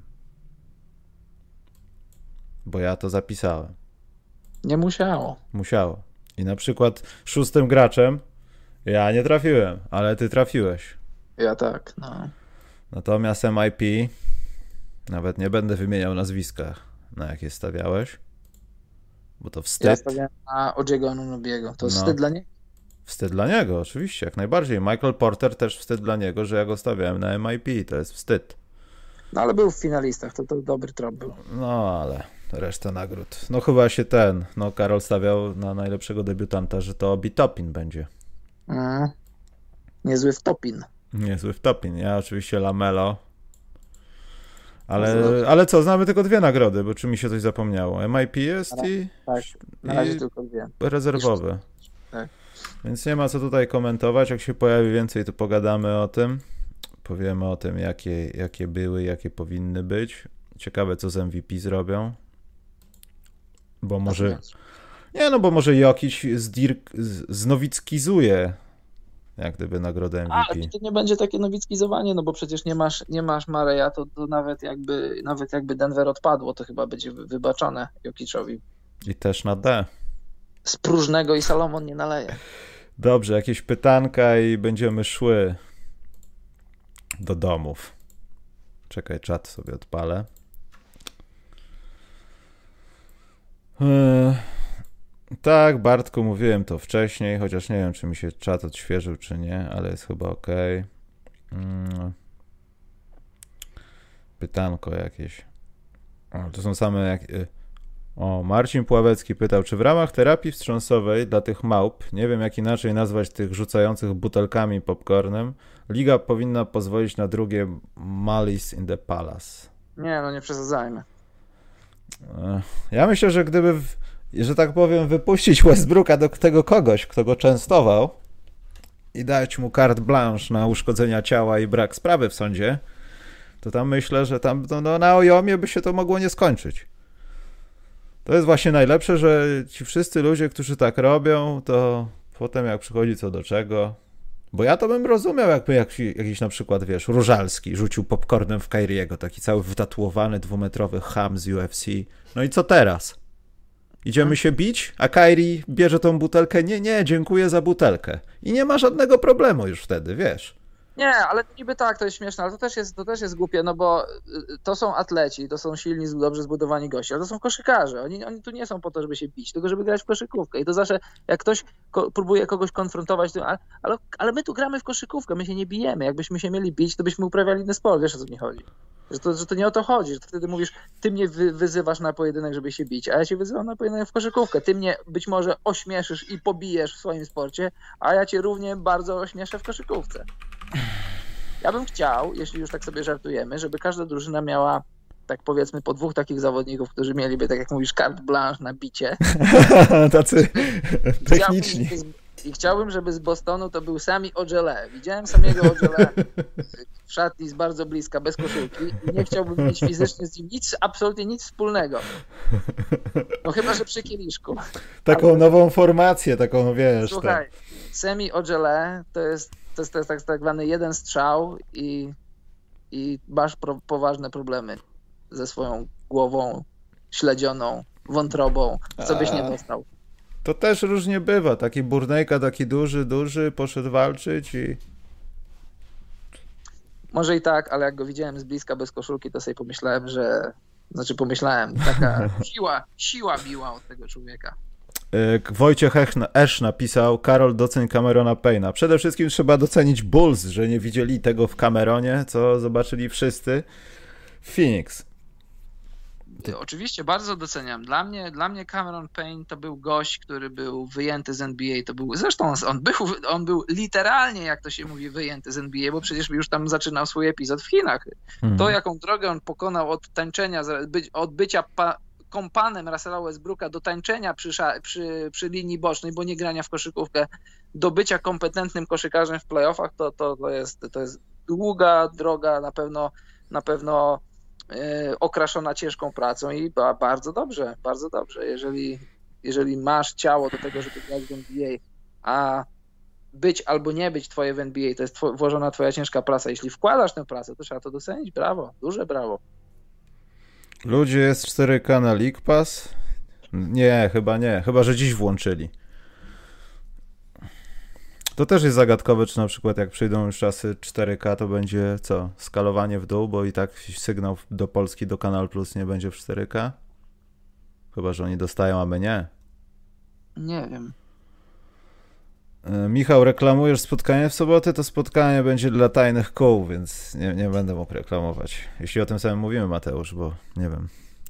Bo ja to zapisałem. Nie musiało. Musiało. I na przykład szóstym graczem ja nie trafiłem, ale ty trafiłeś. Ja tak, no. Natomiast M I P, nawet nie będę wymieniał nazwiska, na jakie stawiałeś, bo to wstyd. Ja stawiałem na Ojiego Anunobiego. To no. wstyd dla niego? Wstyd dla niego, oczywiście, jak najbardziej. Michael Porter też wstyd dla niego, że ja go stawiałem na M I P, to jest wstyd. No ale był w finalistach, to, to dobry trop był. No ale reszta nagród. No chyba się ten, no Karol stawiał na najlepszego debiutanta, że to Obi Toppin będzie. Mm. Niezły wtopin. Niezły wtopin. Ja oczywiście Lamelo. Ale, ale co, znamy tylko dwie nagrody, bo czy mi się coś zapomniało? M I P jest i, tak, na razie i tylko dwie. rezerwowy. Tak. Więc nie ma co tutaj komentować. Jak się pojawi więcej, to pogadamy o tym. Powiemy o tym, jakie, jakie były, jakie powinny być. Ciekawe, co z M V P zrobią. Bo może... Nie, no bo może Jokic zdirk, znowickizuje jak gdyby nagrodę M V P. Ale to nie będzie takie nowickizowanie, no bo przecież nie masz, nie masz Mareja, to, to nawet jakby nawet jakby Denver odpadło, to chyba będzie wybaczone Jokiczowi. I też na D. Z próżnego i Salomon nie naleje. Dobrze, jakieś pytanka i będziemy szły do domów. Czekaj, czat sobie odpalę. Yy, tak, Bartku, mówiłem to wcześniej, chociaż nie wiem, czy mi się czat odświeżył, czy nie, ale jest chyba okej. Yy. Pytanko jakieś. O, to są same jak... O, Marcin Pławecki pytał, czy w ramach terapii wstrząsowej dla tych małp, nie wiem jak inaczej nazwać tych rzucających butelkami popcornem, liga powinna pozwolić na drugie Malice in the Palace. Nie, no nie przesadzajmy. Ja myślę, że gdyby, w, że tak powiem, wypuścić Westbrooka do tego kogoś, kto go częstował i dać mu carte blanche na uszkodzenia ciała i brak sprawy w sądzie, to tam myślę, że tam no, no, na ojomie by się to mogło nie skończyć. To jest właśnie najlepsze, że ci wszyscy ludzie, którzy tak robią, to potem jak przychodzi co do czego, bo ja to bym rozumiał, jakby jak, jakiś na przykład, wiesz, Różalski rzucił popcornem w Kyriego, taki cały wytatuowany, dwumetrowy cham z U F C. No i co teraz? Idziemy się bić, a Kyrie bierze tą butelkę, nie, nie, dziękuję za butelkę. I nie ma żadnego problemu już wtedy, wiesz. Nie, ale niby tak, to jest śmieszne, ale to też jest, to też jest głupie, no bo to są atleci, to są silni, dobrze zbudowani goście, ale to są koszykarze. Oni, oni tu nie są po to, żeby się bić, tylko żeby grać w koszykówkę. I to zawsze, jak ktoś ko- próbuje kogoś konfrontować, to, ale, ale, ale my tu gramy w koszykówkę, my się nie bijemy. Jakbyśmy się mieli bić, to byśmy uprawiali inny sport, wiesz o co mi chodzi. Że to, że to nie o to chodzi, że wtedy mówisz, ty mnie wy, wyzywasz na pojedynek, żeby się bić, a ja cię wyzywam na pojedynek w koszykówkę. Ty mnie być może ośmieszysz i pobijesz w swoim sporcie, a ja cię równie bardzo ośmieszę w koszykówce. Ja bym chciał, jeśli już tak sobie żartujemy, żeby każda drużyna miała, tak powiedzmy, po dwóch takich zawodników, którzy mieliby, tak jak mówisz, carte blanche na bicie. Tacy techniczni. I chciałbym, żeby z Bostonu to był Sami Ojeleye. Widziałem Samiego Ojeleye w szatni z bardzo bliska, bez koszulki i nie chciałbym mieć fizycznie z nim nic, absolutnie nic wspólnego. No chyba, że przy kieliszku. Taką ale... nową formację, taką, wiesz. Słuchaj, tak. Sami Ojeleye to jest To jest, to jest tak, tak zwany jeden strzał i, i masz pro, poważne problemy ze swoją głową śledzioną, wątrobą, co byś nie dostał. To też różnie bywa. Taki Burnejka, taki duży, duży, poszedł walczyć i... Może i tak, ale jak go widziałem z bliska bez koszulki, to sobie pomyślałem, że... Znaczy pomyślałem, taka siła, siła biła od tego człowieka. Wojciech Esz napisał: Karol, doceń Camerona Payne'a. Przede wszystkim trzeba docenić Bulls, że nie widzieli tego w Cameronie, co zobaczyli wszyscy w Phoenix. To... Oczywiście, bardzo doceniam. Dla mnie, dla mnie Cameron Payne to był gość, który był wyjęty z N B A. To był, zresztą on był, on był literalnie, jak to się mówi, wyjęty z N B A, bo przecież już tam zaczynał swój epizod w Chinach. Mhm. To, jaką drogę on pokonał od tańczenia, od bycia pa, kompanem Russella Westbrooka do tańczenia przy, przy, przy linii bocznej, bo nie grania w koszykówkę, do bycia kompetentnym koszykarzem w playoffach, to, to, to, jest, to jest długa droga, na pewno, na pewno yy, okraszona ciężką pracą i ba, bardzo dobrze, bardzo dobrze. Jeżeli, jeżeli masz ciało do tego, żeby grać w N B A, a być albo nie być twoje w N B A, to jest two, włożona twoja ciężka praca. Jeśli wkładasz tę pracę, to trzeba to docenić. Brawo, duże brawo. Ludzie, jest cztery K na League Pass? Nie, chyba nie. Chyba, że dziś włączyli. To też jest zagadkowe, czy na przykład jak przyjdą już czasy cztery K, to będzie co? Skalowanie w dół, bo i tak sygnał do Polski, do Kanal Plus nie będzie w cztery K? Chyba, że oni dostają, a my nie. Nie wiem. Michał, reklamujesz spotkanie w sobotę? To spotkanie będzie dla tajnych kół, więc nie, nie będę mógł reklamować. Jeśli o tym samym mówimy, Mateusz, bo nie wiem.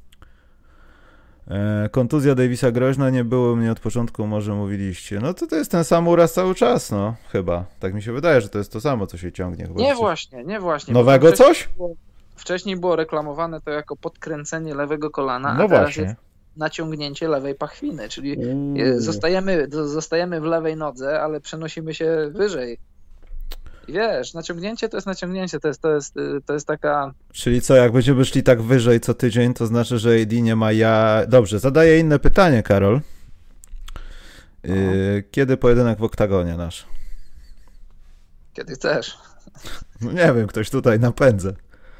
E, kontuzja Davisa groźna, nie było mnie od początku, może mówiliście. No to to jest ten sam uraz cały czas, no chyba. Tak mi się wydaje, że to jest to samo, co się ciągnie. Chyba nie coś... właśnie, nie właśnie. Nowego wcześniej coś? Było, wcześniej było reklamowane to jako podkręcenie lewego kolana, no a teraz właśnie. jest naciągnięcie lewej pachwiny, czyli Uuu. zostajemy, zostajemy w lewej nodze, ale przenosimy się wyżej. I wiesz, naciągnięcie to jest naciągnięcie, to jest, to jest, to jest taka... Czyli co, jak będziemy szli tak wyżej co tydzień, to znaczy, że A D nie ma ja... Dobrze, zadaję inne pytanie, Karol. No. Kiedy pojedynek w oktagonie nasz? Kiedy chcesz. No nie wiem, ktoś tutaj napędza.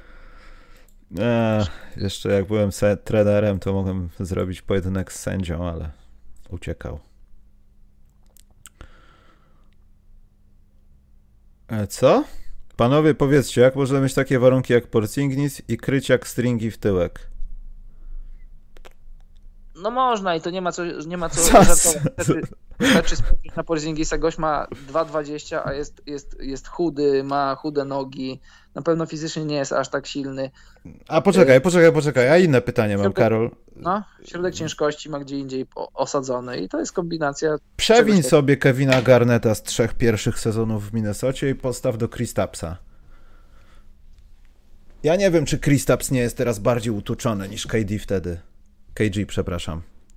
Eee, jeszcze jak byłem se- trenerem, to mogłem zrobić pojedynek z sędzią, ale uciekał. E, co? Panowie, powiedzcie, jak można mieć takie warunki jak Porzingis i kryć jak stringi w tyłek? No można i to nie ma co, nie ma co żartować. Wystarczy spojrzeć na Porzingisa, gość ma dwa dwadzieścia, a jest, jest, jest chudy, ma chude nogi, na pewno fizycznie nie jest aż tak silny. A poczekaj, poczekaj, poczekaj, a inne pytanie mam, Karol. No, środek ciężkości ma gdzie indziej osadzony i to jest kombinacja... Przewiń sobie Kevina Garnetta z trzech pierwszych sezonów w Minnesocie i postaw do Kristapsa. Ja nie wiem, czy Kristaps nie jest teraz bardziej utuczony niż K D wtedy. K G, przepraszam.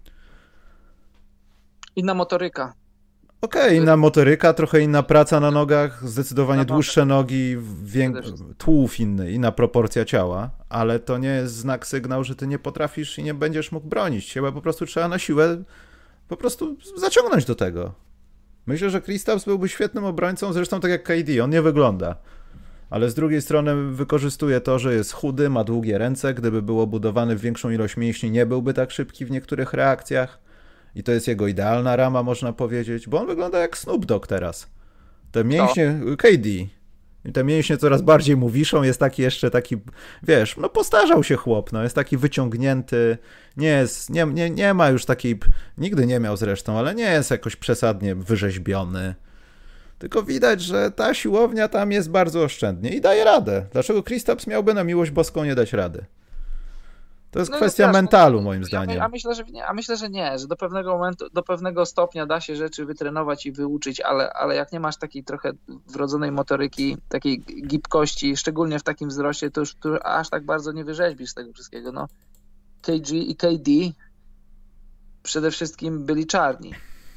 Inna motoryka. Okej, okay, inna motoryka, trochę inna praca na nogach, zdecydowanie no, dłuższe nogi, wiek... tułów inny, inna proporcja ciała, ale to nie jest znak, sygnał, że ty nie potrafisz i nie będziesz mógł bronić się, bo po prostu trzeba na siłę po prostu zaciągnąć do tego. Myślę, że Kristaps byłby świetnym obrońcą, zresztą tak jak K D, on nie wygląda. Ale z drugiej strony wykorzystuje to, że jest chudy, ma długie ręce, gdyby był budowany w większą ilość mięśni, nie byłby tak szybki w niektórych reakcjach. I to jest jego idealna rama, można powiedzieć, bo on wygląda jak Snoop Dogg teraz. Te mięśnie, no. K D, i te mięśnie coraz bardziej mu wiszą, jest taki jeszcze taki, wiesz, no postarzał się chłop, no jest taki wyciągnięty, nie jest, nie, nie, nie ma już takiej, nigdy nie miał zresztą, ale nie jest jakoś przesadnie wyrzeźbiony. Tylko widać, że ta siłownia tam jest bardzo oszczędnie i daje radę. Dlaczego Kristaps miałby na miłość boską nie dać rady? To jest no kwestia mentalu, moim zdaniem. A myślę, że nie, a myślę, że nie, że do pewnego momentu, do pewnego stopnia da się rzeczy wytrenować i wyuczyć, ale, ale jak nie masz takiej trochę wrodzonej motoryki, takiej gibkości, szczególnie w takim wzroście, to już to aż tak bardzo nie wyrzeźbisz z tego wszystkiego. No, K G i K D przede wszystkim byli czarni.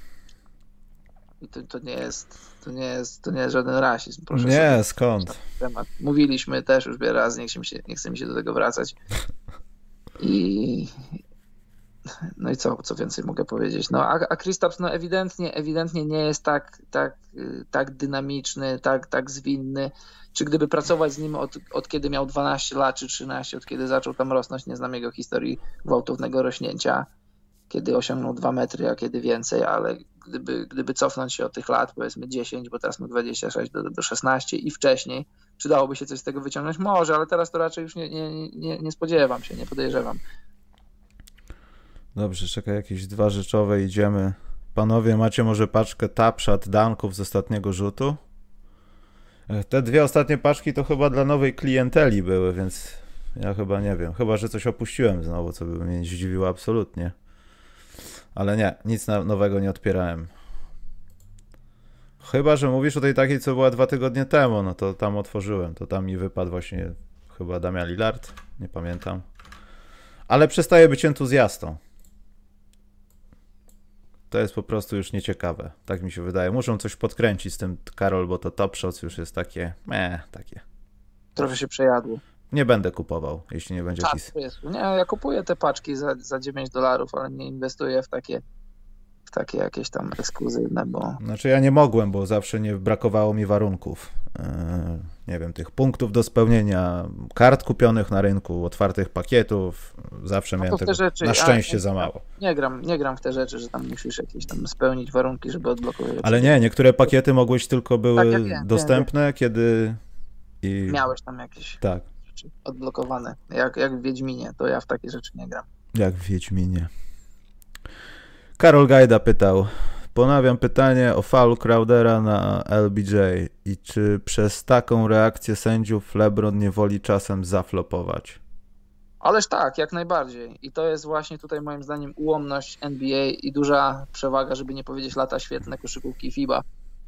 I to, to nie jest, to nie jest, to nie jest żaden rasizm. Proszę nie, sobie skąd? Temat. Mówiliśmy też już wiele razy, nie chce mi się, nie chce mi się do tego wracać. I no i co, co więcej mogę powiedzieć? No a, a Kristaps no ewidentnie, ewidentnie nie jest tak, tak, tak dynamiczny, tak, tak zwinny. Czy gdyby pracować z nim od, od kiedy miał dwanaście lat czy trzynaście, od kiedy zaczął tam rosnąć, nie znam jego historii gwałtownego rośnięcia, kiedy osiągnął dwa metry, a kiedy więcej, ale gdyby, gdyby cofnąć się od tych lat, powiedzmy dziesięć, bo teraz ma dwadzieścia sześć do, do szesnaście i wcześniej, czy dałoby się coś z tego wyciągnąć? Może, ale teraz to raczej już nie, nie, nie, nie spodziewam się, nie podejrzewam. Dobrze, czekaj, jakieś dwa rzeczowe, idziemy. Panowie, macie może paczkę Tapshot danków z ostatniego rzutu? Te dwie ostatnie paczki to chyba dla nowej klienteli były, więc ja chyba nie wiem. Chyba, że coś opuściłem znowu, co by mnie zdziwiło absolutnie. Ale nie, nic nowego nie odpierałem. Chyba, że mówisz o tej takiej, co była dwa tygodnie temu, no to tam otworzyłem. To tam mi wypadł właśnie chyba Damian Lillard, nie pamiętam. Ale przestaję być entuzjastą. To jest po prostu już nieciekawe, tak mi się wydaje. Muszą coś podkręcić z tym, Karol, bo to Top Shots już jest takie, meh, takie. Trochę się przejadło. Nie będę kupował, jeśli nie będzie tak, jakiś... jest. Nie, ja kupuję te paczki za, za dziewięć dolarów, ale nie inwestuję w takie, w takie jakieś tam ekskluzywne, bo... Znaczy ja nie mogłem, bo zawsze nie brakowało mi warunków. Yy, nie wiem, tych punktów do spełnienia, kart kupionych na rynku, otwartych pakietów. Zawsze no miałem tego rzeczy, na szczęście ja, za mało. Nie gram, nie gram w te rzeczy, że tam musisz jakieś tam spełnić warunki, żeby odblokować. Ale nie, niektóre pakiety mogłeś tylko były tak, ja dostępne, wiem, kiedy... I... Miałeś tam jakieś tak. rzeczy odblokowane. Jak, jak w Wiedźminie, to ja w takie rzeczy nie gram. Jak w Wiedźminie. Karol Gajda pytał, ponawiam pytanie o faul Crowdera na L B J i czy przez taką reakcję sędziów LeBron nie woli czasem zaflopować? Ależ tak, jak najbardziej. I to jest właśnie tutaj moim zdaniem ułomność N B A i duża przewaga, żeby nie powiedzieć lata świetne koszykówki FIBA.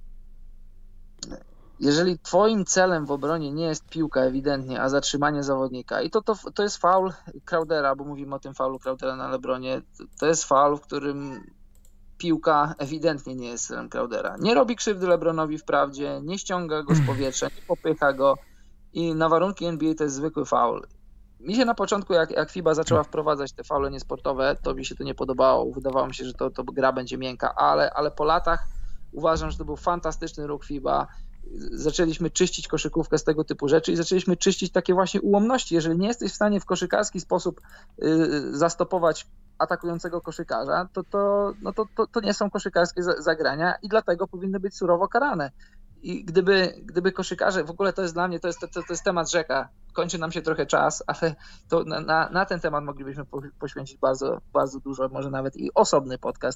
Jeżeli twoim celem w obronie nie jest piłka ewidentnie, a zatrzymanie zawodnika i to, to, to jest faul Crowdera, bo mówimy o tym faulu Crowdera na LeBronie, to jest faul, w którym piłka ewidentnie nie jest celem Crowdera. Nie robi krzywdy LeBronowi wprawdzie, nie ściąga go z powietrza, nie popycha go i na warunki N B A to jest zwykły faul. Mi się na początku, jak, jak FIBA zaczęła wprowadzać te faule niesportowe, to mi się to nie podobało. Wydawało mi się, że to, to gra będzie miękka, ale, ale po latach uważam, że to był fantastyczny ruch FIBA. Zaczęliśmy czyścić koszykówkę z tego typu rzeczy i zaczęliśmy czyścić takie właśnie ułomności. Jeżeli nie jesteś w stanie w koszykarski sposób y, zastopować atakującego koszykarza, to, to, no to, to, to nie są koszykarskie zagrania i dlatego powinny być surowo karane. I gdyby, gdyby koszykarze, w ogóle to jest dla mnie, to jest, to, to jest temat rzeka, kończy nam się trochę czas, ale to na, na, na ten temat moglibyśmy poświęcić bardzo, bardzo dużo, może nawet i osobny podcast,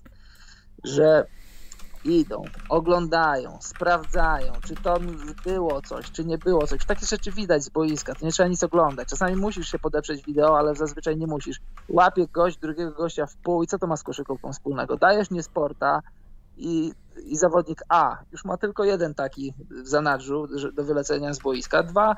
że idą, oglądają, sprawdzają, czy to było coś, czy nie było coś. Takie rzeczy widać z boiska, to nie trzeba nic oglądać. Czasami musisz się podeprzeć wideo, ale zazwyczaj nie musisz. Łapie gość drugiego gościa w pół i co to ma z koszykówką wspólnego? Dajesz mnie sporta i, i zawodnik A już ma tylko jeden taki w zanadrzu do wylecenia z boiska. Dwa,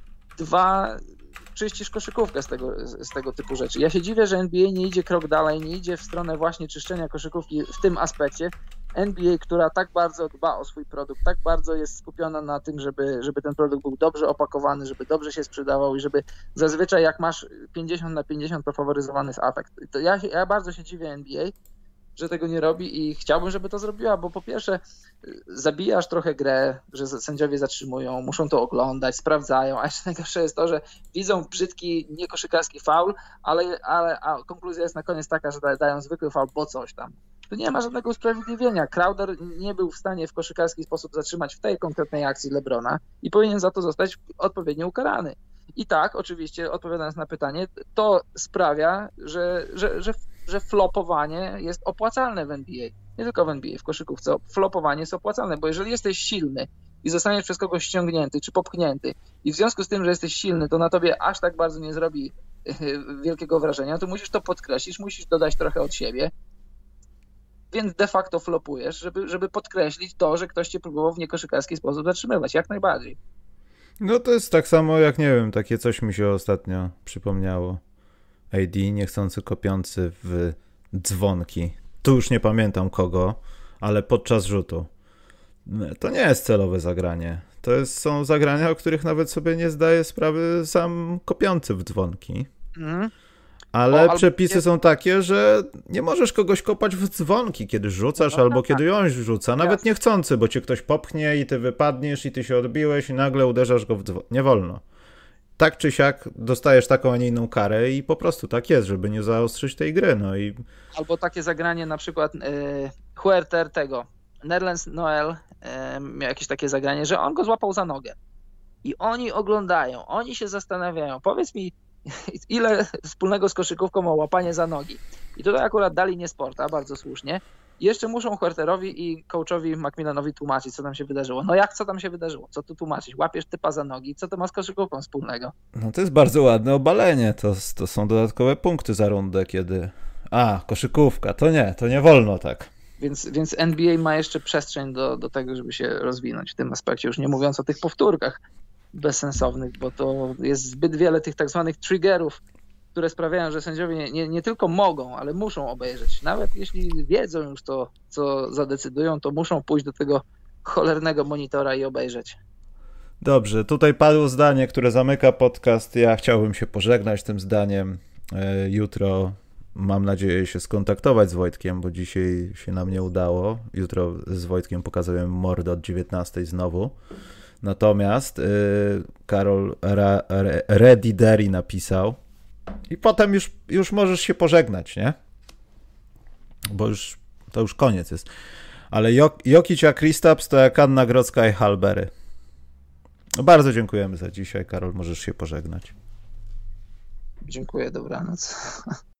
dwa czyścisz koszykówkę z tego, z tego typu rzeczy. Ja się dziwię, że N B A nie idzie krok dalej, nie idzie w stronę właśnie czyszczenia koszykówki w tym aspekcie. N B A, która tak bardzo dba o swój produkt, tak bardzo jest skupiona na tym, żeby, żeby ten produkt był dobrze opakowany, żeby dobrze się sprzedawał i żeby zazwyczaj jak masz pięćdziesiąt na pięćdziesiąt, to faworyzowany jest atak. To ja, ja bardzo się dziwię N B A, że tego nie robi i chciałbym, żeby to zrobiła, bo po pierwsze zabijasz trochę grę, że sędziowie zatrzymują, muszą to oglądać, sprawdzają, a jeszcze najgorsze jest to, że widzą brzydki, niekoszykarski faul, ale, ale a konkluzja jest na koniec taka, że dają zwykły faul, bo coś tam. Tu nie ma żadnego usprawiedliwienia. Crowder nie był w stanie w koszykarski sposób zatrzymać w tej konkretnej akcji LeBrona i powinien za to zostać odpowiednio ukarany. I tak, oczywiście, odpowiadając na pytanie, to sprawia, że, że, że, że flopowanie jest opłacalne w N B A. Nie tylko w N B A, w koszykówce. Flopowanie jest opłacalne, bo jeżeli jesteś silny i zostaniesz przez kogoś ściągnięty czy popchnięty i w związku z tym, że jesteś silny, to na tobie aż tak bardzo nie zrobi wielkiego wrażenia, to musisz to podkreślić, musisz dodać trochę od siebie, więc de facto flopujesz, żeby, żeby podkreślić to, że ktoś cię próbował w niekoszykarski sposób zatrzymywać, jak najbardziej. No to jest tak samo jak, nie wiem, takie coś mi się ostatnio przypomniało. A D niechcący kopiący w dzwonki. Tu już nie pamiętam kogo, ale podczas rzutu. To nie jest celowe zagranie. To jest, są zagrania, o których nawet sobie nie zdaje sprawy sam kopiący w dzwonki. Mm. Ale o, przepisy albo... są takie, że nie możesz kogoś kopać w dzwonki, kiedy rzucasz, no, albo tak, kiedy ją rzuca, nawet jasne. Niechcący, bo cię ktoś popchnie i ty wypadniesz i ty się odbiłeś i nagle uderzasz go w dzwon. Nie wolno. Tak czy siak dostajesz taką, a nie inną karę i po prostu tak jest, żeby nie zaostrzyć tej gry. No i... Albo takie zagranie na przykład yy, Huerter tego, Nerlens Noel yy, miał jakieś takie zagranie, że on go złapał za nogę i oni oglądają, oni się zastanawiają. Powiedz mi, Ile wspólnego z koszykówką ma łapanie za nogi? I tutaj akurat dali nie sporta, bardzo słusznie. I jeszcze muszą Huerterowi i coachowi Macmillanowi tłumaczyć, co tam się wydarzyło. No jak co tam się wydarzyło? Co tu tłumaczyć? Łapiesz typa za nogi, co to ma z koszykówką wspólnego? No to jest bardzo ładne obalenie. To, to są dodatkowe punkty za rundę, kiedy... A, koszykówka. To nie, to nie wolno tak. Więc, więc N B A ma jeszcze przestrzeń do, do tego, żeby się rozwinąć w tym aspekcie, już nie mówiąc o tych powtórkach bezsensownych, bo to jest zbyt wiele tych tak zwanych triggerów, które sprawiają, że sędziowie nie, nie, nie tylko mogą, ale muszą obejrzeć. Nawet jeśli wiedzą już to, co zadecydują, to muszą pójść do tego cholernego monitora i obejrzeć. Dobrze, tutaj padło zdanie, które zamyka podcast. Ja chciałbym się pożegnać tym zdaniem. Jutro mam nadzieję się skontaktować z Wojtkiem, bo dzisiaj się nam nie udało. Jutro z Wojtkiem pokazujemy mordę od dziewiętnastej znowu. Natomiast yy, Karol Ra, Re, Redideri napisał i potem już, już możesz się pożegnać, nie? Bo już to już koniec jest. Ale Jok, Jokic a Kristaps to jak Anna Grodzka i Halbery. Bardzo dziękujemy za dzisiaj, Karol, możesz się pożegnać. Dziękuję, dobranoc.